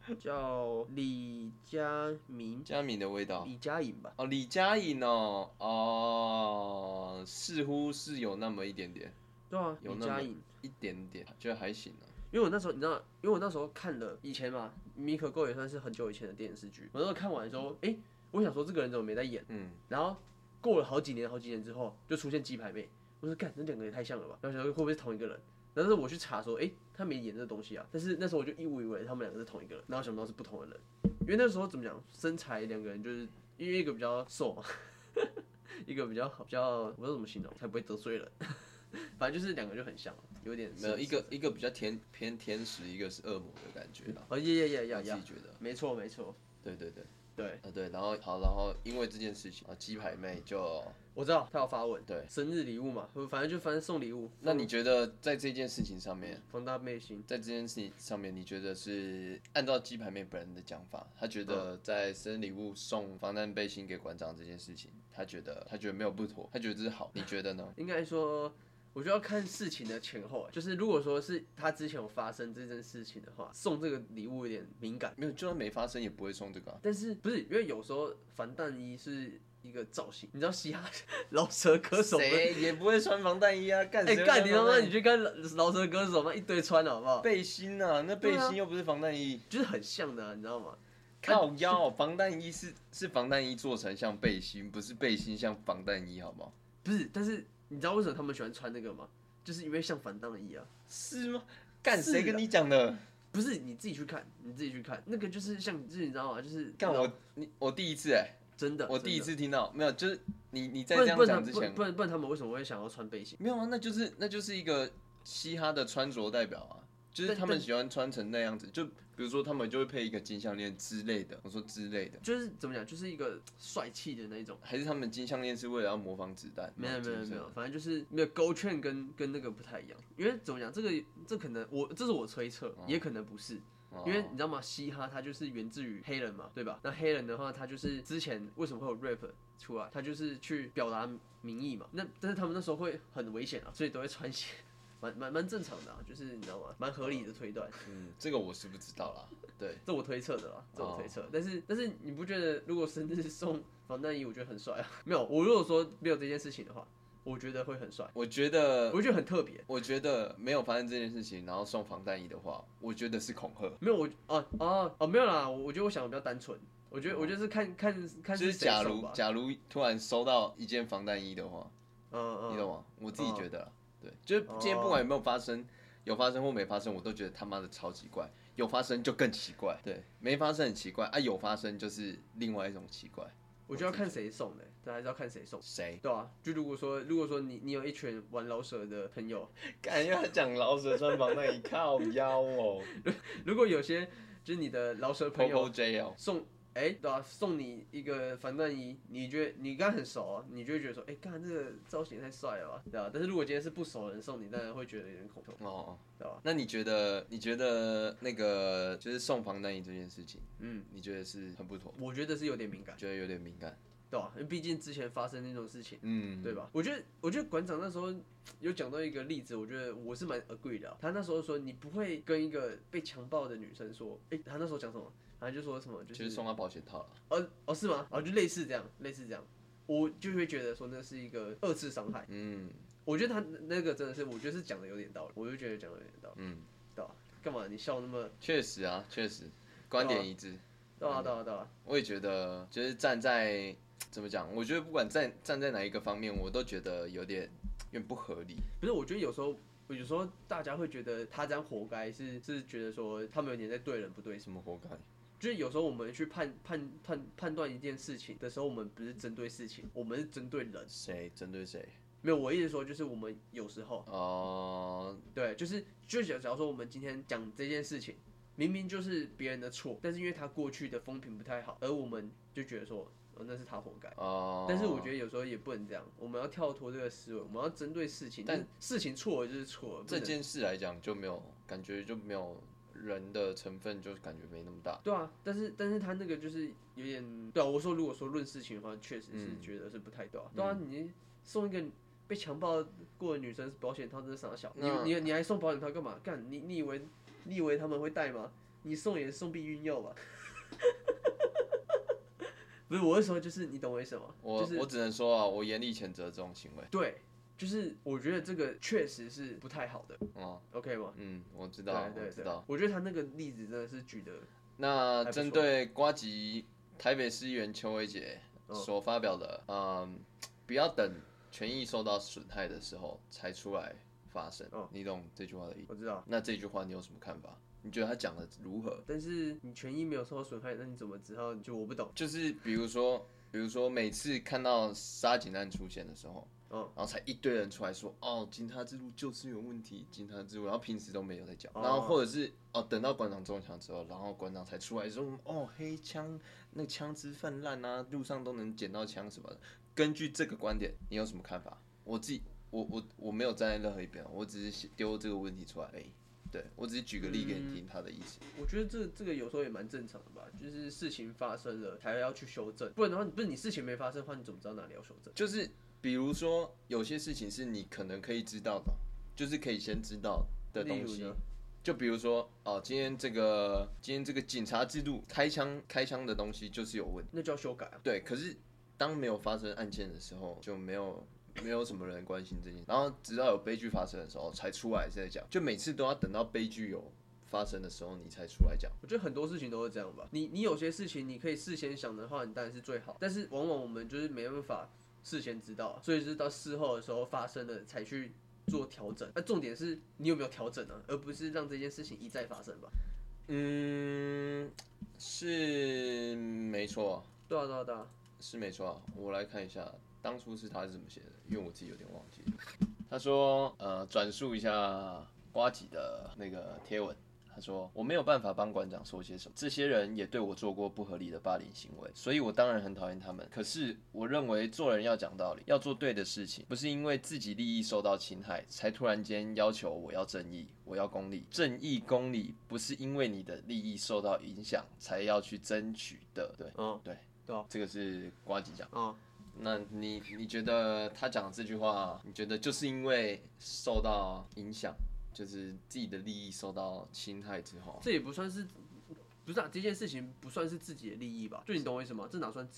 叫李佳明， 佳明的味道， 李佳颖吧？ 哦，李佳颖哦，哦，似乎是有那么一点点， 对啊， 有那么一点点，觉得还行啊。 因为我那时候你知道，因为我那时候看了以前嘛，米可够也算是很久以前的电视剧。我那时候看完之后，我想说这个人怎么没在演？然后过了好几年之后，就出现鸡排妹。我说干，那两个也太像了吧？然后想说会不会是同一个人？但是我去查说，他没演这个东西啊。但是那时候我就一误以为他们两个是同一个人，然后想不到是不同的人。因为那时候怎么讲，身材两个人就是因为一个比较瘦嘛，一个比较我不知道怎么形容，才不会得罪人。反正就是两个就很像，有点没有一个比较偏天使，一个是恶魔的感觉啦。 哦， 我自己觉得， 没错， 对。 对， 然后因为这件事情啊，鸡排妹就我知道他有发文， 对， 生日礼物嘛，反正送礼物。 那你觉得在这件事情上面， 放大背心， 在这件事情上面，你觉得是按照鸡排妹本人的讲法，他觉得在生日礼物送防弹背心给馆长这件事情，他觉得没有不妥，他觉得这是好，你觉得呢？ 应该说。我觉得要看事情的前后，就是如果说是他之前有发生这件事情的话，送这个礼物有点敏感。 没有，就算没发生也不会送这个啊。 但是不是因为有时候防弹衣是一个造型，你知道嘻哈饶舌歌手谁也不会穿防弹衣啊？干干你他妈你去看饶舌歌手，那一堆穿好不好？ 背心啊，那背心又不是防弹衣， 就是很像的、啊，你知道吗？ 靠腰，防弹衣是防弹衣做成像背心，不是背心像防弹衣，好不好？ 不是，但是。你知道为什么他们喜欢穿那个吗？就是因为像防弹衣啊。 是吗？干谁跟你讲的？ 不是你自己去看，那个就是像，就是你知道吗？就是干我第一次真的， 我第一次听到，没有，就是你在这样讲之前， 不然他们为什么会想要穿背心？ 没有啊，那就是一个嘻哈的穿着代表啊，就是他们喜欢穿成那样子，就比如说他们就会配一个金项链之类的，我说之类的， 就是怎么讲，就是一个帅气的那种。 还是他们金项链是为了要模仿子弹？ 没有，反正就是没有勾圈跟那个不太一样，因为怎么讲，这可能这是我推测，也可能不是。因为你知道吗？嘻哈它就是源自于黑人嘛，对吧？那黑人的话，他就是之前为什么会有 rap 出来？他就是去表达民意嘛。但是他们那时候会很危险啊，所以都会穿鞋。蛮正常的啊，就是你知道吗？蛮合理的推断。 这个我是不知道啦。对， 这我推测的啦，这我推测。但是你不觉得如果生日送防弹衣，我觉得很帅啊？没有，我如果说没有这件事情的话，我觉得会很帅。 我觉得很特别。 我觉得没有发生这件事情，然后送防弹衣的话，我觉得是恐吓。 没有没有啦，我觉得我想的比较单纯。我觉得是看就是假如突然收到一件防弹衣的话，你懂吗？我自己觉得啦。对，就是今天不管有没有发生，有发生或没发生，我都觉得他妈的超奇怪。有发生就更奇怪，对，没发生很奇怪啊，有发生就是另外一种奇怪。 我就要看谁送的，这还是要看谁送。 谁？ 对啊，就如果说你有一群玩老舍的朋友， 感觉他讲老舍穿防弹衣靠腰哦。 如果有些就是你的老舍朋友送。对啊，送你一个防弹衣，你觉得你跟他很熟啊，你就会觉得说，干这个造型太帅了吧，对吧？但是如果今天是不熟的人送你，当然会觉得有点恐怖对吧？ 那你觉得那个就是送防弹衣这件事情，你觉得是很不妥？ 我觉得是有点敏感， 觉得有点敏感， 对吧？因为毕竟之前发生那种事情，对吧？我觉得馆长那时候有讲到一个例子，我觉得我是蛮 agree 的。他那时候说，你不会跟一个被强暴的女生说，他那时候讲什么？然后就说什么就是送他保险套了。 是吗？就类似这样，我就会觉得说那是一个二次伤害。我觉得他那个真的是，我觉得是讲的有点道理，我就觉得讲的有点道理。对吧？干嘛你笑那么？ 确实啊，确实，观点一致。 对啊。 我也觉得，就是站在怎么讲？我觉得不管站在哪一个方面，我都觉得有点不合理。 不是，我觉得有时候大家会觉得他这样活该，是觉得说他们有点在对人不对。 什么活该？ 就是有时候我们去判断一件事情的时候，我们不是针对事情，我们是针对人。 谁针对谁？ 没有，我意思说就是我们有时候对，就是假如说我们今天讲这件事情，明明就是别人的错，但是因为他过去的风评不太好，而我们就觉得说那是他活该。但是我觉得有时候也不能这样，我们要跳脱这个思维，我们要针对事情。但事情错了就是错了。 这件事来讲就没有感觉，就没有人的成分，就感觉没那么大。 对啊，但是他那个就是有点对啊。我说如果说论事情的话，确实是觉得是不太对啊。对啊，你送一个被强暴过的女生保险套，真是傻小。你还送保险套干嘛？干你以为他们会戴吗？ 你送也送避孕药吧。不是我的说，就是你懂我意思吗？ 我只能说啊，我严厉谴责这种行为。 对，就是我觉得这个确实是不太好的。OK 吗？ 我知道，我知道。 我觉得他那个例子真的是举得。 那针对呱吉台北市议员邱威杰所发表的，不要等权益受到损害的时候才出来发声，你懂这句话的意思？ 我知道。 那这句话你有什么看法？你觉得他讲的如何？ 但是你权益没有受到损害，那你怎么知道？就我不懂。 就是比如说每次看到杀警案出现的时候，然后才一堆人出来说，警察制度就是有问题，警察制度，然后平时都没有在讲，然后或者是等到馆长中枪之后，然后馆长才出来说，黑枪那枪支泛滥啊，路上都能捡到枪什么的。根据这个观点，你有什么看法？我没有站在任何一边，我只是丢这个问题出来而已。对，我只是举个例给你听他的意思。 我觉得这个有时候也蛮正常的吧，就是事情发生了才要去修正，不然的话，不是你事情没发生的话，你怎么知道哪里要修正？ 就是比如说有些事情是你可能可以知道的，就是可以先知道的东西。就比如说今天这个警察制度开枪的东西就是有问题， 那就要修改啊。 对，可是当没有发生案件的时候，就没有什么人关心这件事，然后直到有悲剧发生的时候才出来在讲，就每次都要等到悲剧有发生的时候你才出来讲。 我觉得很多事情都是这样吧，你有些事情你可以事先想的话，你当然是最好，但是往往我们就是没办法事先知道，所以是到事后的时候发生了才去做调整。那重点是你有没有调整啊，而不是让这件事情一再发生吧。 是没错。 对啊。 是没错啊，我来看一下当初是他是怎么写的，因为我自己有点忘记了。他说，转述一下呱吉的那个贴文。他说我没有办法帮馆长说些什么，这些人也对我做过不合理的霸凌行为，所以我当然很讨厌他们。可是我认为做人要讲道理，要做对的事情，不是因为自己利益受到侵害才突然间要求我要正义，我要公理。正义公理不是因为你的利益受到影响才要去争取的。对，这个是呱吉讲。那你觉得他讲这句话，你觉得就是因为受到影响？就是自己的利益受到侵害之后， 这也不算是，不是这件事情不算是自己的利益吧？就你懂我意思吗？这哪算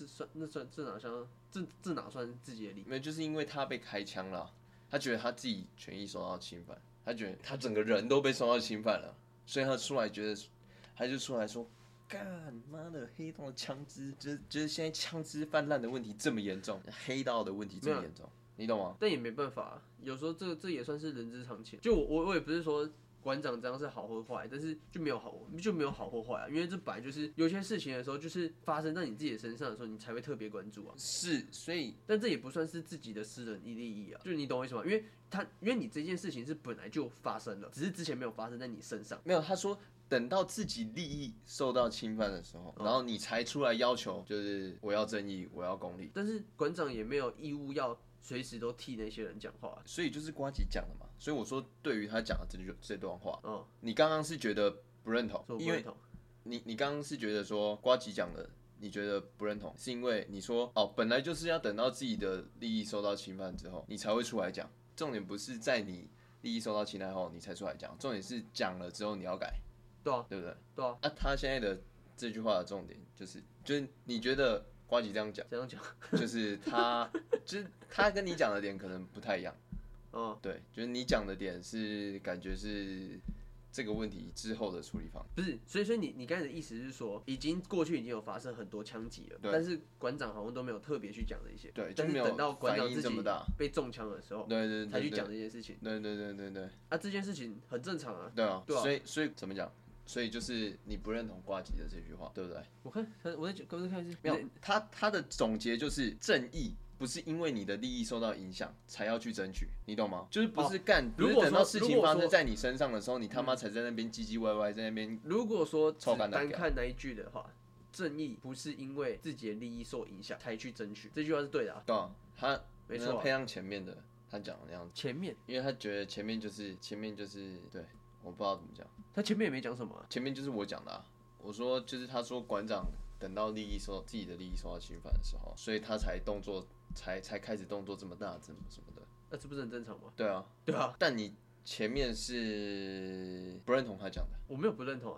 哪算自己的利益？ 没有，就是因为他被开枪了，他觉得他自己权益受到侵犯，他觉得他整个人都被受到侵犯了，所以他出来他就出来说，干妈的黑道的枪支，就是现在枪支泛滥的问题这么严重，黑道的问题这么严重。你懂吗？ 但也没办法，有时候这也算是人之常情。就我也不是说馆长这样是好或坏，但是就没有好或坏啊，因为这本来就是有些事情的时候，就是发生在你自己的身上的时候，你才会特别关注啊。 是，所以但这也不算是自己的私人利益啊，就是你懂我意思吗？因为你这件事情是本来就发生了，只是之前没有发生在你身上。 没有，他说等到自己利益受到侵犯的时候，然后你才出来要求，就是我要正义，我要公理。 但是馆长也没有义务要随时都替那些人讲话， 所以就是呱吉讲的嘛。所以我说，对于他讲的这段话，你刚刚是觉得不认同，因为你刚刚是觉得说呱吉讲的，你觉得不认同，是因为你说本来就是要等到自己的利益受到侵犯之后，你才会出来讲。重点不是在你利益受到侵害后你才出来讲，重点是讲了之后你要改， 对啊， 对不对？ 对啊。 他现在的这句话的重点就是你觉得呱吉这样讲，就是他跟你讲的点可能不太一样。对，就是你讲的点是感觉是这个问题之后的处理方式。 不是，所以你刚才的意思是说，过去已经有发生很多枪击了，但是馆长好像都没有特别去讲这些。 对， 但是等到馆长自己被中枪的时候， 对， 才去讲这件事情。 对。 这件事情很正常啊。 对啊。所以怎么讲？所以就是你不认同呱吉的这句话，对不对？ 我再看一次。 没有，他的总结就是正义不是因为你的利益受到影响才要去争取，你懂吗？就是不是不是等到事情发生在你身上的时候，你他妈才在那边唧唧歪歪，在那边。 如果说只单看那一句的话，正义不是因为自己的利益受影响才去争取，这句话是对的啊。 对啊，他没错配上前面的他讲的那样子。 前面， 因为他觉得前面就是对。我不知道怎么讲， 他前面也没讲什么啊。 前面就是我讲的啊，我说就是他说馆长等到自己的利益受到侵犯的时候，所以他才开始动作这么大，什么的。 那这不是很正常吗？ 对啊。 对啊。 但你前面是不认同他讲的。 我没有不认同啊。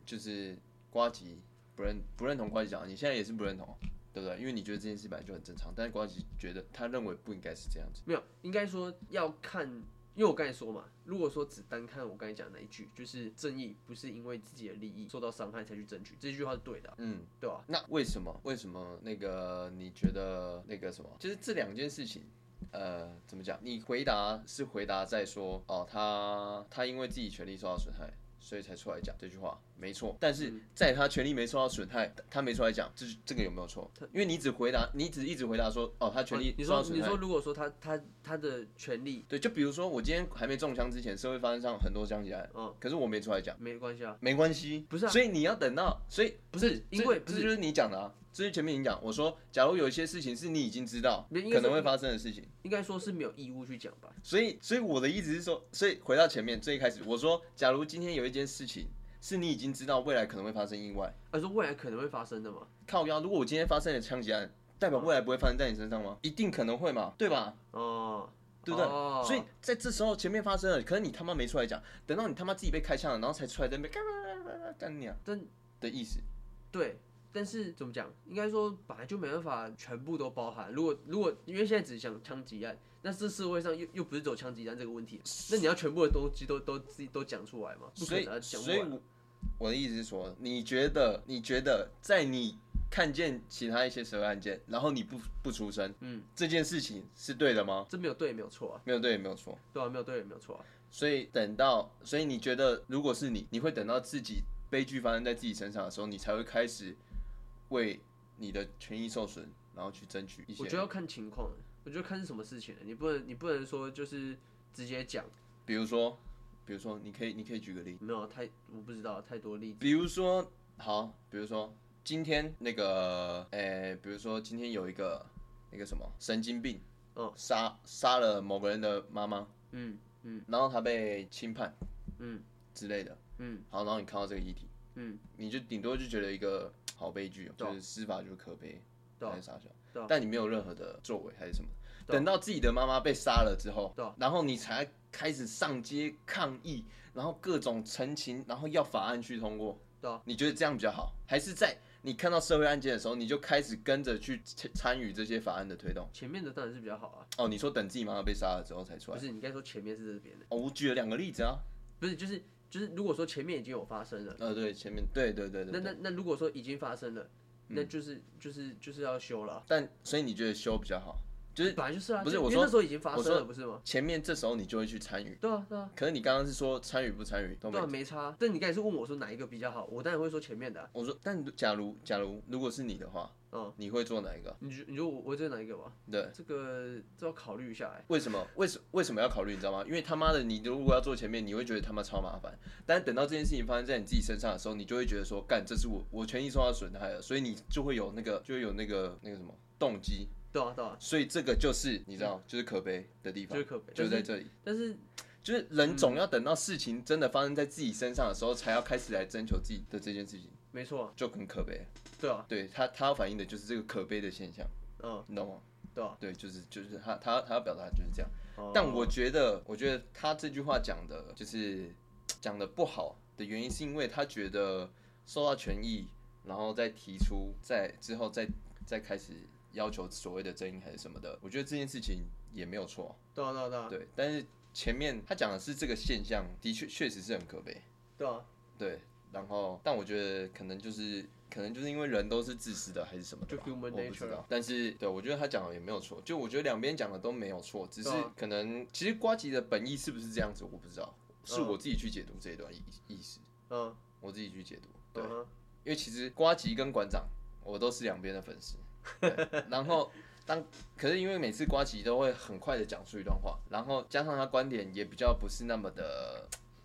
就是呱吉不认同呱吉讲的，你现在也是不认同，对不对？因为你觉得这件事本来就很正常，但是呱吉觉得他认为不应该是这样子。 没有，应该说要看，因为我刚才说嘛，如果说只单看我刚才讲的那一句，就是正义不是因为自己的利益受到伤害才去争取，这句话是对的，对吧？ 那为什么那个你觉得那个什么，就是这两件事情？怎么讲？你回答是回答在说，哦，他因为自己权利受到损害，所以才出来讲这句话，没错。但是在他权利没受到损害，他没出来讲，这个有没有错？因为你只一直回答说，哦，他权利受到损害。 你说如果说他的权利， 对，就比如说我今天还没中枪之前，社会发生上很多枪击案，可是我没出来讲， 没关系啊， 没关系， 不是啊， 所以你要等到，所以不是因为这就是你讲的啊。这是前面你讲，我说，假如有一些事情是你已经知道可能会发生的事情， 应该说是没有义务去讲吧。 所以我的意思是说，所以回到前面最一开始，我说，假如今天有一件事情是你已经知道未来可能会发生意外， 说未来可能会发生的嘛？ 靠腰，如果我今天发生了枪击案，代表未来不会发生在你身上吗？一定可能会嘛，对吧？对不对？所以在这时候前面发生了，可是你他妈没出来讲，等到你他妈自己被开枪了，然后才出来在那边干你啊的意思。 对。但是怎么讲？应该说本来就没办法全部都包含。如果因为现在只讲枪击案，那这社会上又不是只有枪击案这个问题，那你要全部的东西都讲出来吗？不可能讲不完。 所以我的意思是说，你觉得在你看见其他一些社会案件，然后你不出声，这件事情是对的吗？ 这没有对也没有错啊， 没有对也没有错， 对啊，没有对也没有错啊。 所以你觉得如果是你会等到自己悲剧发生在自己身上的时候，你才会开始为你的权益受损，然后去争取一些。 我觉得要看情况，我觉得看是什么事情，你不能说就是直接讲。 比如说，你可以举个例。 没有我不知道太多例子。 比如说今天那个，比如说今天有一个那个什么神经病，杀了某个人的妈妈，然后他被轻判，之类的，好，然后你看到这个议题，你就顶多就觉得一个好悲剧，就是司法就是可悲，还是傻笑，但你没有任何的作为还是什么。等到自己的妈妈被杀了之后，然后你才开始上街抗议，然后各种陈情，然后要法案去通过。你觉得这样比较好，还是在你看到社会案件的时候，你就开始跟着去参与这些法案的推动？ 前面的当然是比较好啊。 哦，你说等自己妈妈被杀了之后才出来？ 不是，你该说前面是这边的。 哦，我举了2个例子啊。 不是，就是如果说前面已经有发生了， 对，前面对。 那如果说已经发生了，那就是要修了。 所以你觉得修比较好？就是本来就是啊， 不是我说那时候已经发生了，不是吗？ 前面这时候你就会去参与。 对啊。 可是你刚刚是说参与不参与都没差。但你刚才是问我说哪一个比较好，我当然会说前面的。 我说，但假如如果是你的话，你会做哪一个？ 你说我会做哪一个吧？ 对， 这要考虑一下。 为什么要考虑？你知道吗？因为他妈的，你如果要做前面，你会觉得他妈超麻烦。但是等到这件事情发生在你自己身上的时候，你就会觉得说，干，这是我权益受到损害了，所以你就会有那个什么动机。 对啊。 所以这个就是你知道，就是可悲的地方， 就是可悲， 就是在这里。 但是就是人总要等到事情真的发生在自己身上的时候，才要开始来征求自己的这件事情。 没错， 就很可悲。 对啊， 对他要反映的就是这个可悲的现象。你懂吗？ 对啊， 对，就是他要表达的就是这样。但我觉得他这句话讲的就是讲的不好的原因，是因为他觉得受到权益，然后再提出之后再开始要求所谓的正义还是什么的，我觉得这件事情也没有错。 对啊。 对，但是前面他讲的是这个现象，的确实是很可悲。 对啊。 对，然后但我觉得可能就是因为人都是自私的还是什么的吧， 就 human nature。我不知道。 但是对我觉得他讲的也没有错，就我觉得两边讲的都没有错，只是可能其实呱吉的本意是不是这样子我不知道，是我自己去解读这一段意思。我自己去解读。对，因为其实呱吉跟馆长我都是两边的粉丝。然后可是因为每次呱吉都会很快的讲述一段话，然后加上他观点也比较不是那么的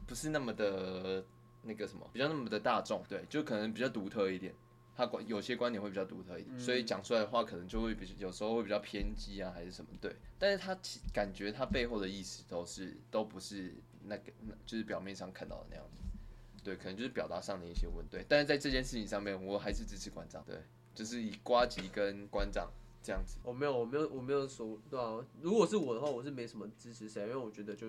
那个什么，比较那么的大众，对，就可能比较独特一点。他有些观点会比较独特一点，所以讲出来的话可能就会有时候会比较偏激啊，还是什么，对。但是他感觉他背后的意思都不是那个，就是表面上看到的那样子，对，可能就是表达上的一些问题。但是在这件事情上面，我还是支持馆长，对，就是以呱吉跟馆长这样子。 我没有说，对啊。如果是我的话，我是没什么支持谁，因为我觉得就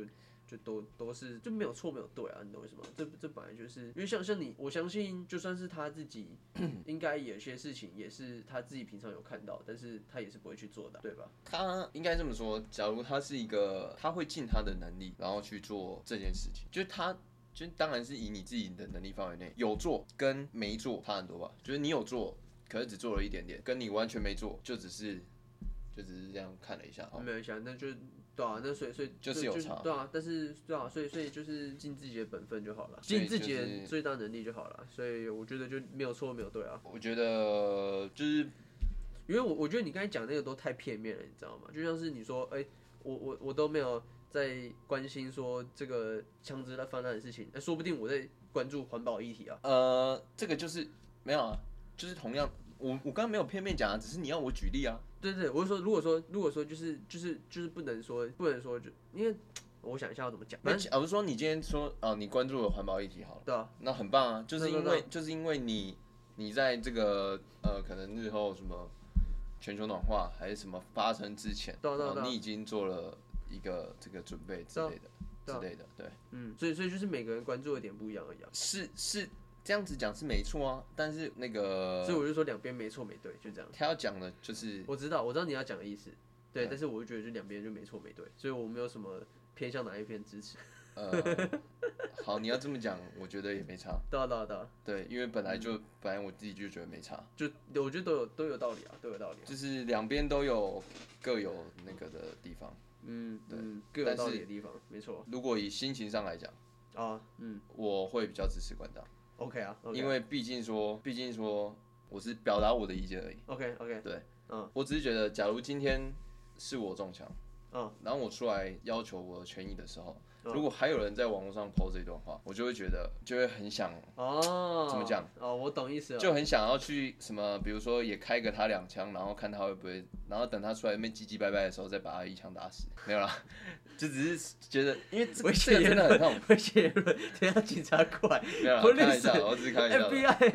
就都是就没有错没有对啊，你懂我意思吗？这本来就是因为像你，我相信就算是他自己，应该有些事情也是他自己平常有看到，但是他也是不会去做的，对吧？ 他应该这么说，假如他是一个，他会尽他的能力，然后去做这件事情，就是他。就当然是以你自己的能力范围内有做跟没做差很多吧。就是你有做，可是只做了一点点，跟你完全没做，就只是这样看了一下。 没有想，那就对啊，那所以就是有差。 对啊，但是对啊，所以就是尽自己的本分就好了，尽自己的最大能力就好了。所以我觉得就没有错没有对啊。 我觉得就是因为我觉得你刚才讲那个都太片面了，你知道吗？就像是你说，我都没有在关心说这个枪支泛滥的事情，说不定我在关注环保议题啊。 这个就是没有啊，就是同样，我刚刚没有片面讲啊，只是你要我举例啊。 对，我是说，如果说就是不能说就，因为我想一下要怎么讲。 我是说你今天说你关注了环保议题好了， 对啊， 那很棒啊，就是因为你在这个可能日后什么全球暖化还是什么发生之前，你已经做了一个这个准备之类的，对， 所以就是每个人关注的点不一样而已啊。 是这样子讲是没错啊，但是那个， 所以我就说两边没错没对，就这样。 他要讲的就是我知道你要讲的意思，对，但是我就觉得就两边就没错没对，所以我没有什么偏向哪一边支持。 好，你要这么讲，我觉得也没差。 对， 对，因为本来我自己就觉得没差， 就我觉得都有道理啊，都有道理。 就是两边都有各有那个的地方，对， 各有道理的地方，没错。 如果以心情上来讲，我会比较支持馆长。 OK 啊， 因为毕竟说我是表达我的意见而已。 OK， 对，我只是觉得，假如今天是我中枪，然后我出来要求我的权益的时候，如果还有人在网络上 po 这段话，我就会很想怎么讲？ 我懂意思了， 就很想要去什么，比如说也开个他2枪，然后看他会不会，然后等他出来那唧唧拜拜的时候，再把他1枪打死。没有啦，就只是觉得，因为这个真的很痛。 危险言论，等下警察过来。 没有啦，开玩笑，我只是开玩笑。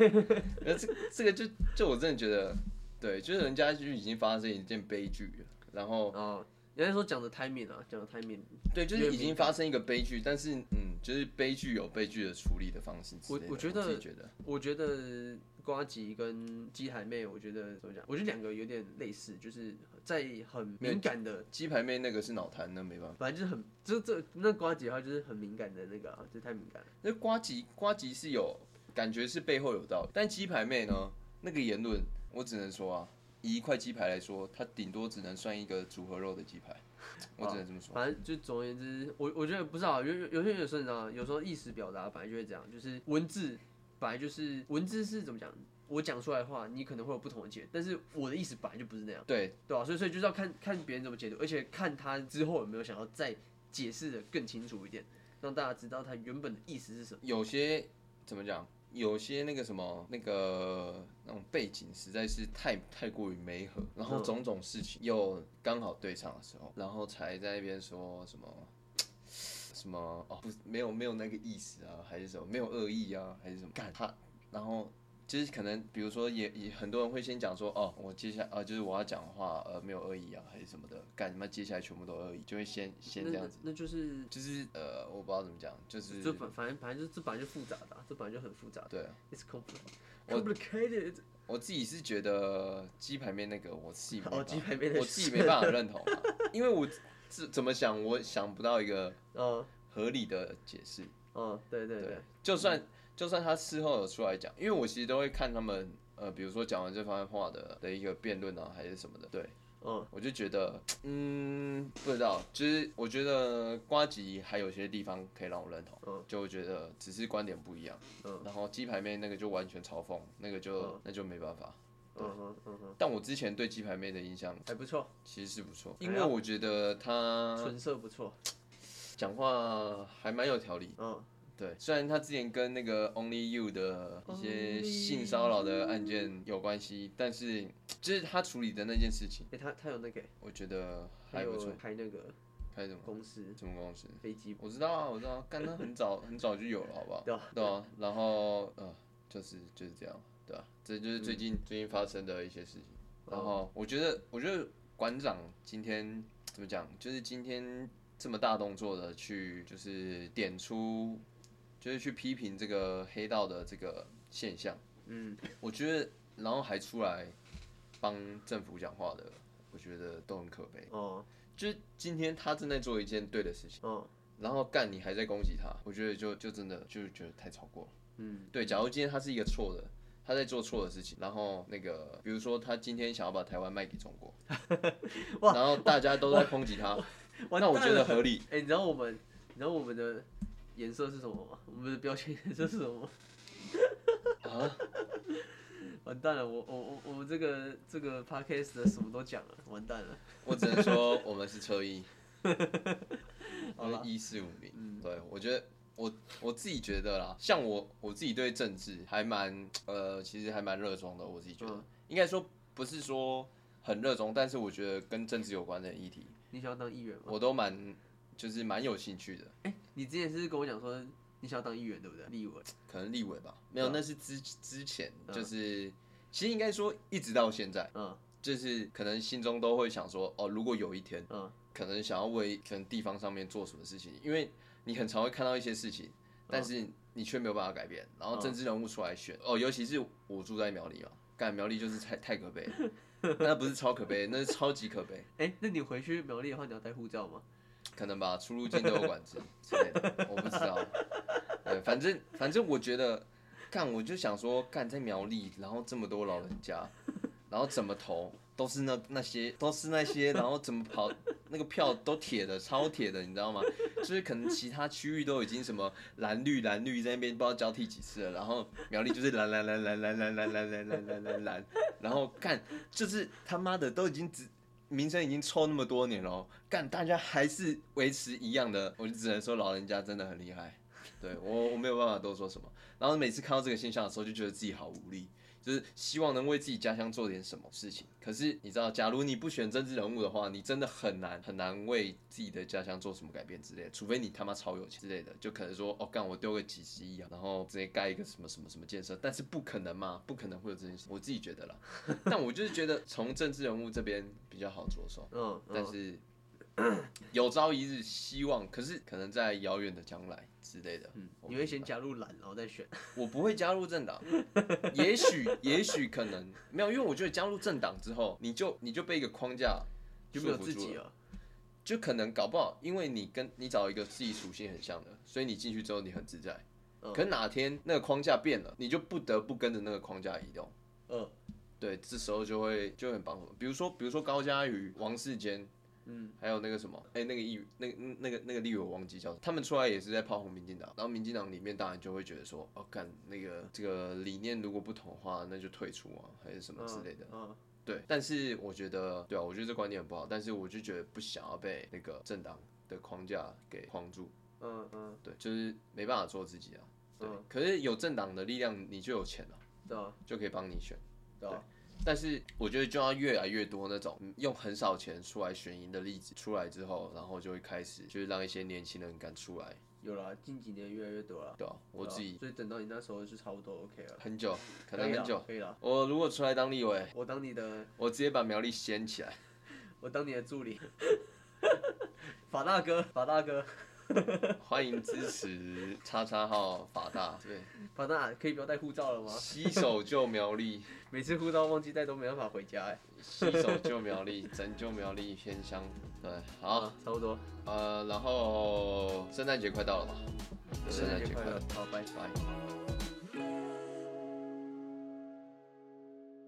FBI， 这个就我真的觉得，对，就是人家就已经发生一件悲剧了，然后人家说讲的 timing 啊，讲的 timing， 对，就是已经发生一个悲剧，但是就是悲剧有悲剧的处理的方式之类的。 我觉得呱吉跟鸡排妹，我觉得怎么讲？我觉得两个有点类似，就是在很敏感的鸡排妹那个是脑瘫，那没办法。 反正就是那呱吉的话就是很敏感的那个啊，这太敏感了。 那呱吉是有感觉是背后有道理，但鸡排妹呢，那个言论我只能说啊。以一块鸡排来说，它顶多只能算一个组合肉的鸡排，我只能这么说。 反正就总而言之，我觉得不知道，有些人说你知道，有时候意识表达本来就会这样，就是文字本来就是文字是怎么讲，我讲出来的话，你可能会有不同的解，但是我的意思本来就不是那样， 对吧？所以就是要看别人怎么解读，而且看他之后有没有想要再解释的更清楚一点，让大家知道他原本的意思是什么。 有些怎么讲？有些那个什么那种背景实在是太过于违和，然后种种事情又刚好对上的时候，然后才在那边说什么不没有那个意思啊，还是什么没有恶意啊，还是什么干他，然后就是可能比如说也很多人会先讲说我接下来就是我要讲的话没有恶意啊，还是什么的，干什么接下来全部都恶意，就会先这样子， 那就是我不知道怎么讲，就是反正就是这本来就复杂的，这本来就很复杂的， 对 ，it's complicated。 我自己是觉得鸡排妹那个我自己没办法认同啊，因为我怎么想我想不到一个合理的解释。 对， 就算他事后有出来讲，因为我其实都会看他们比如说讲完这番话的一个辩论啊，还是什么的，对，我就觉得不知道，就是我觉得呱吉还有些地方可以让我认同，就我觉得只是观点不一样，然后鸡排妹那个就完全嘲讽，那就没办法。但我之前对鸡排妹的印象还不错， 其实是不错，因为我觉得她唇色不错， 讲话还蛮有条理。对，虽然他之前跟那个 Only You 的一些性骚扰的案件有关系，但是就是他处理的那件事情， 他有那个， 我觉得还不错。 开那个开什么公司？ 什么公司？ 飞机。 我知道啊，干他很早就有了，好不好？对啊，然后就是这样，对啊，这就是最近发生的一些事情。然后我觉得馆长今天怎么讲？就是今天这么大动作的去就是点出，就是去批评这个黑道的这个现象。我觉得然后还出来帮政府讲话的，我觉得都很可悲。就是今天他正在做一件对的事情，然后干你还在攻击他，我觉得就真的就是觉得太超过了。对，假如今天他是一个错的，他在做错的事情，然后那个比如说他今天想要把台湾卖给中国，然后大家都在抨击他，那我觉得合理。 你知道我们的颜色是什么吗？我们的标签颜色是什么吗？完蛋了，我们这个 podcast 的什么都讲了，完蛋了。 我只能说我们是车衣，我们1450。对，我觉得我自己觉得啦，像我自己对政治还蛮其实还蛮热衷的。我自己觉得，应该说不是说很热衷，但是我觉得跟政治有关的议题， 你想要当议员吗？ 我都就是蛮有兴趣的。 你之前是跟我讲说你想要当议员对不对？立委？ 可能立委吧，没有，那是之前，就是其实应该说一直到现在，就是可能心中都会想说，如果有一天，可能想要为可能地方上面做什么事情，因为你很常会看到一些事情，但是你却没有办法改变，然后政治人物出来选，尤其是我住在苗栗嘛，干苗栗就是太可悲了，那不是超可悲，那是超级可悲。 那你回去苗栗的话，你要带护照吗？ 可能吧，出入境都有管制之类的，我不知道。对，反正我觉得，我就想说，在苗栗，然后这么多老人家，然后怎么投都是那些，然后怎么跑那个票都铁的，超铁的，你知道吗？就是可能其他区域都已经什么蓝绿在那边不知道交替几次了，然后苗栗就是蓝，然后就是他妈的都已经名声已经臭那么多年了，大家还是维持一样的，我就只能说老人家真的很厉害。对，我没有办法多说什么。然后每次看到这个现象的时候，就觉得自己好无力，就是希望能为自己家乡做点什么事情。可是你知道，假如你不选政治人物的话，你真的很难为自己的家乡做什么改变之类的，除非你他妈超有钱之类的，就可能说我丢个几十亿啊，然后直接盖一个什么建设，但是不可能嘛，不可能会有这件事，我自己觉得啦。但我就是觉得从政治人物这边比较好着手，但是有朝一日希望，可是可能在遥远的将来之类的。 你会先加入蓝，然后再选？ 我不会加入政党，也许可能没有，因为我觉得加入政党之后，你就被一个框架就没有自己了， 就可能搞不好，因为你找一个自己属性很像的，所以你进去之后你很自在。可是哪天那个框架变了，你就不得不跟着那个框架移动。对，这时候就会很帮助。比如说高嘉瑜、王世坚。还有那个什么，那个立委我忘记叫什么，他们出来也是在炮轰民进党，然后民进党里面当然就会觉得说，这个理念如果不同的话，那就退出啊，还是什么之类的。对，但是我觉得，对啊，我觉得这观点很不好，但是我就觉得不想要被那个政党的框架给框住。对，就是没办法做自己啊。对，可是有政党的力量，你就有钱了，对啊，就可以帮你选。对。但是我觉得就要越来越多那种用很少钱出来选赢的例子出来之后，然后就会开始就是让一些年轻人敢出来。 有啦，近几年越来越多了。 对啊，我自己。 所以等到你那时候就差不多 OK 了。 很久，可能很久。 可以了。 我如果出来当立委， 我当你的， 我直接把苗栗掀起来。 我当你的助理。法大哥。 欢迎支持XX号法大，对， 法大可以不要带护照了吗？ 携手救苗栗， 每次护照忘记带都没办法回家携手救苗栗，拯救苗栗偏乡，对，好， 差不多。 然后圣诞节快到了嘛， 圣诞节快乐，好，拜拜。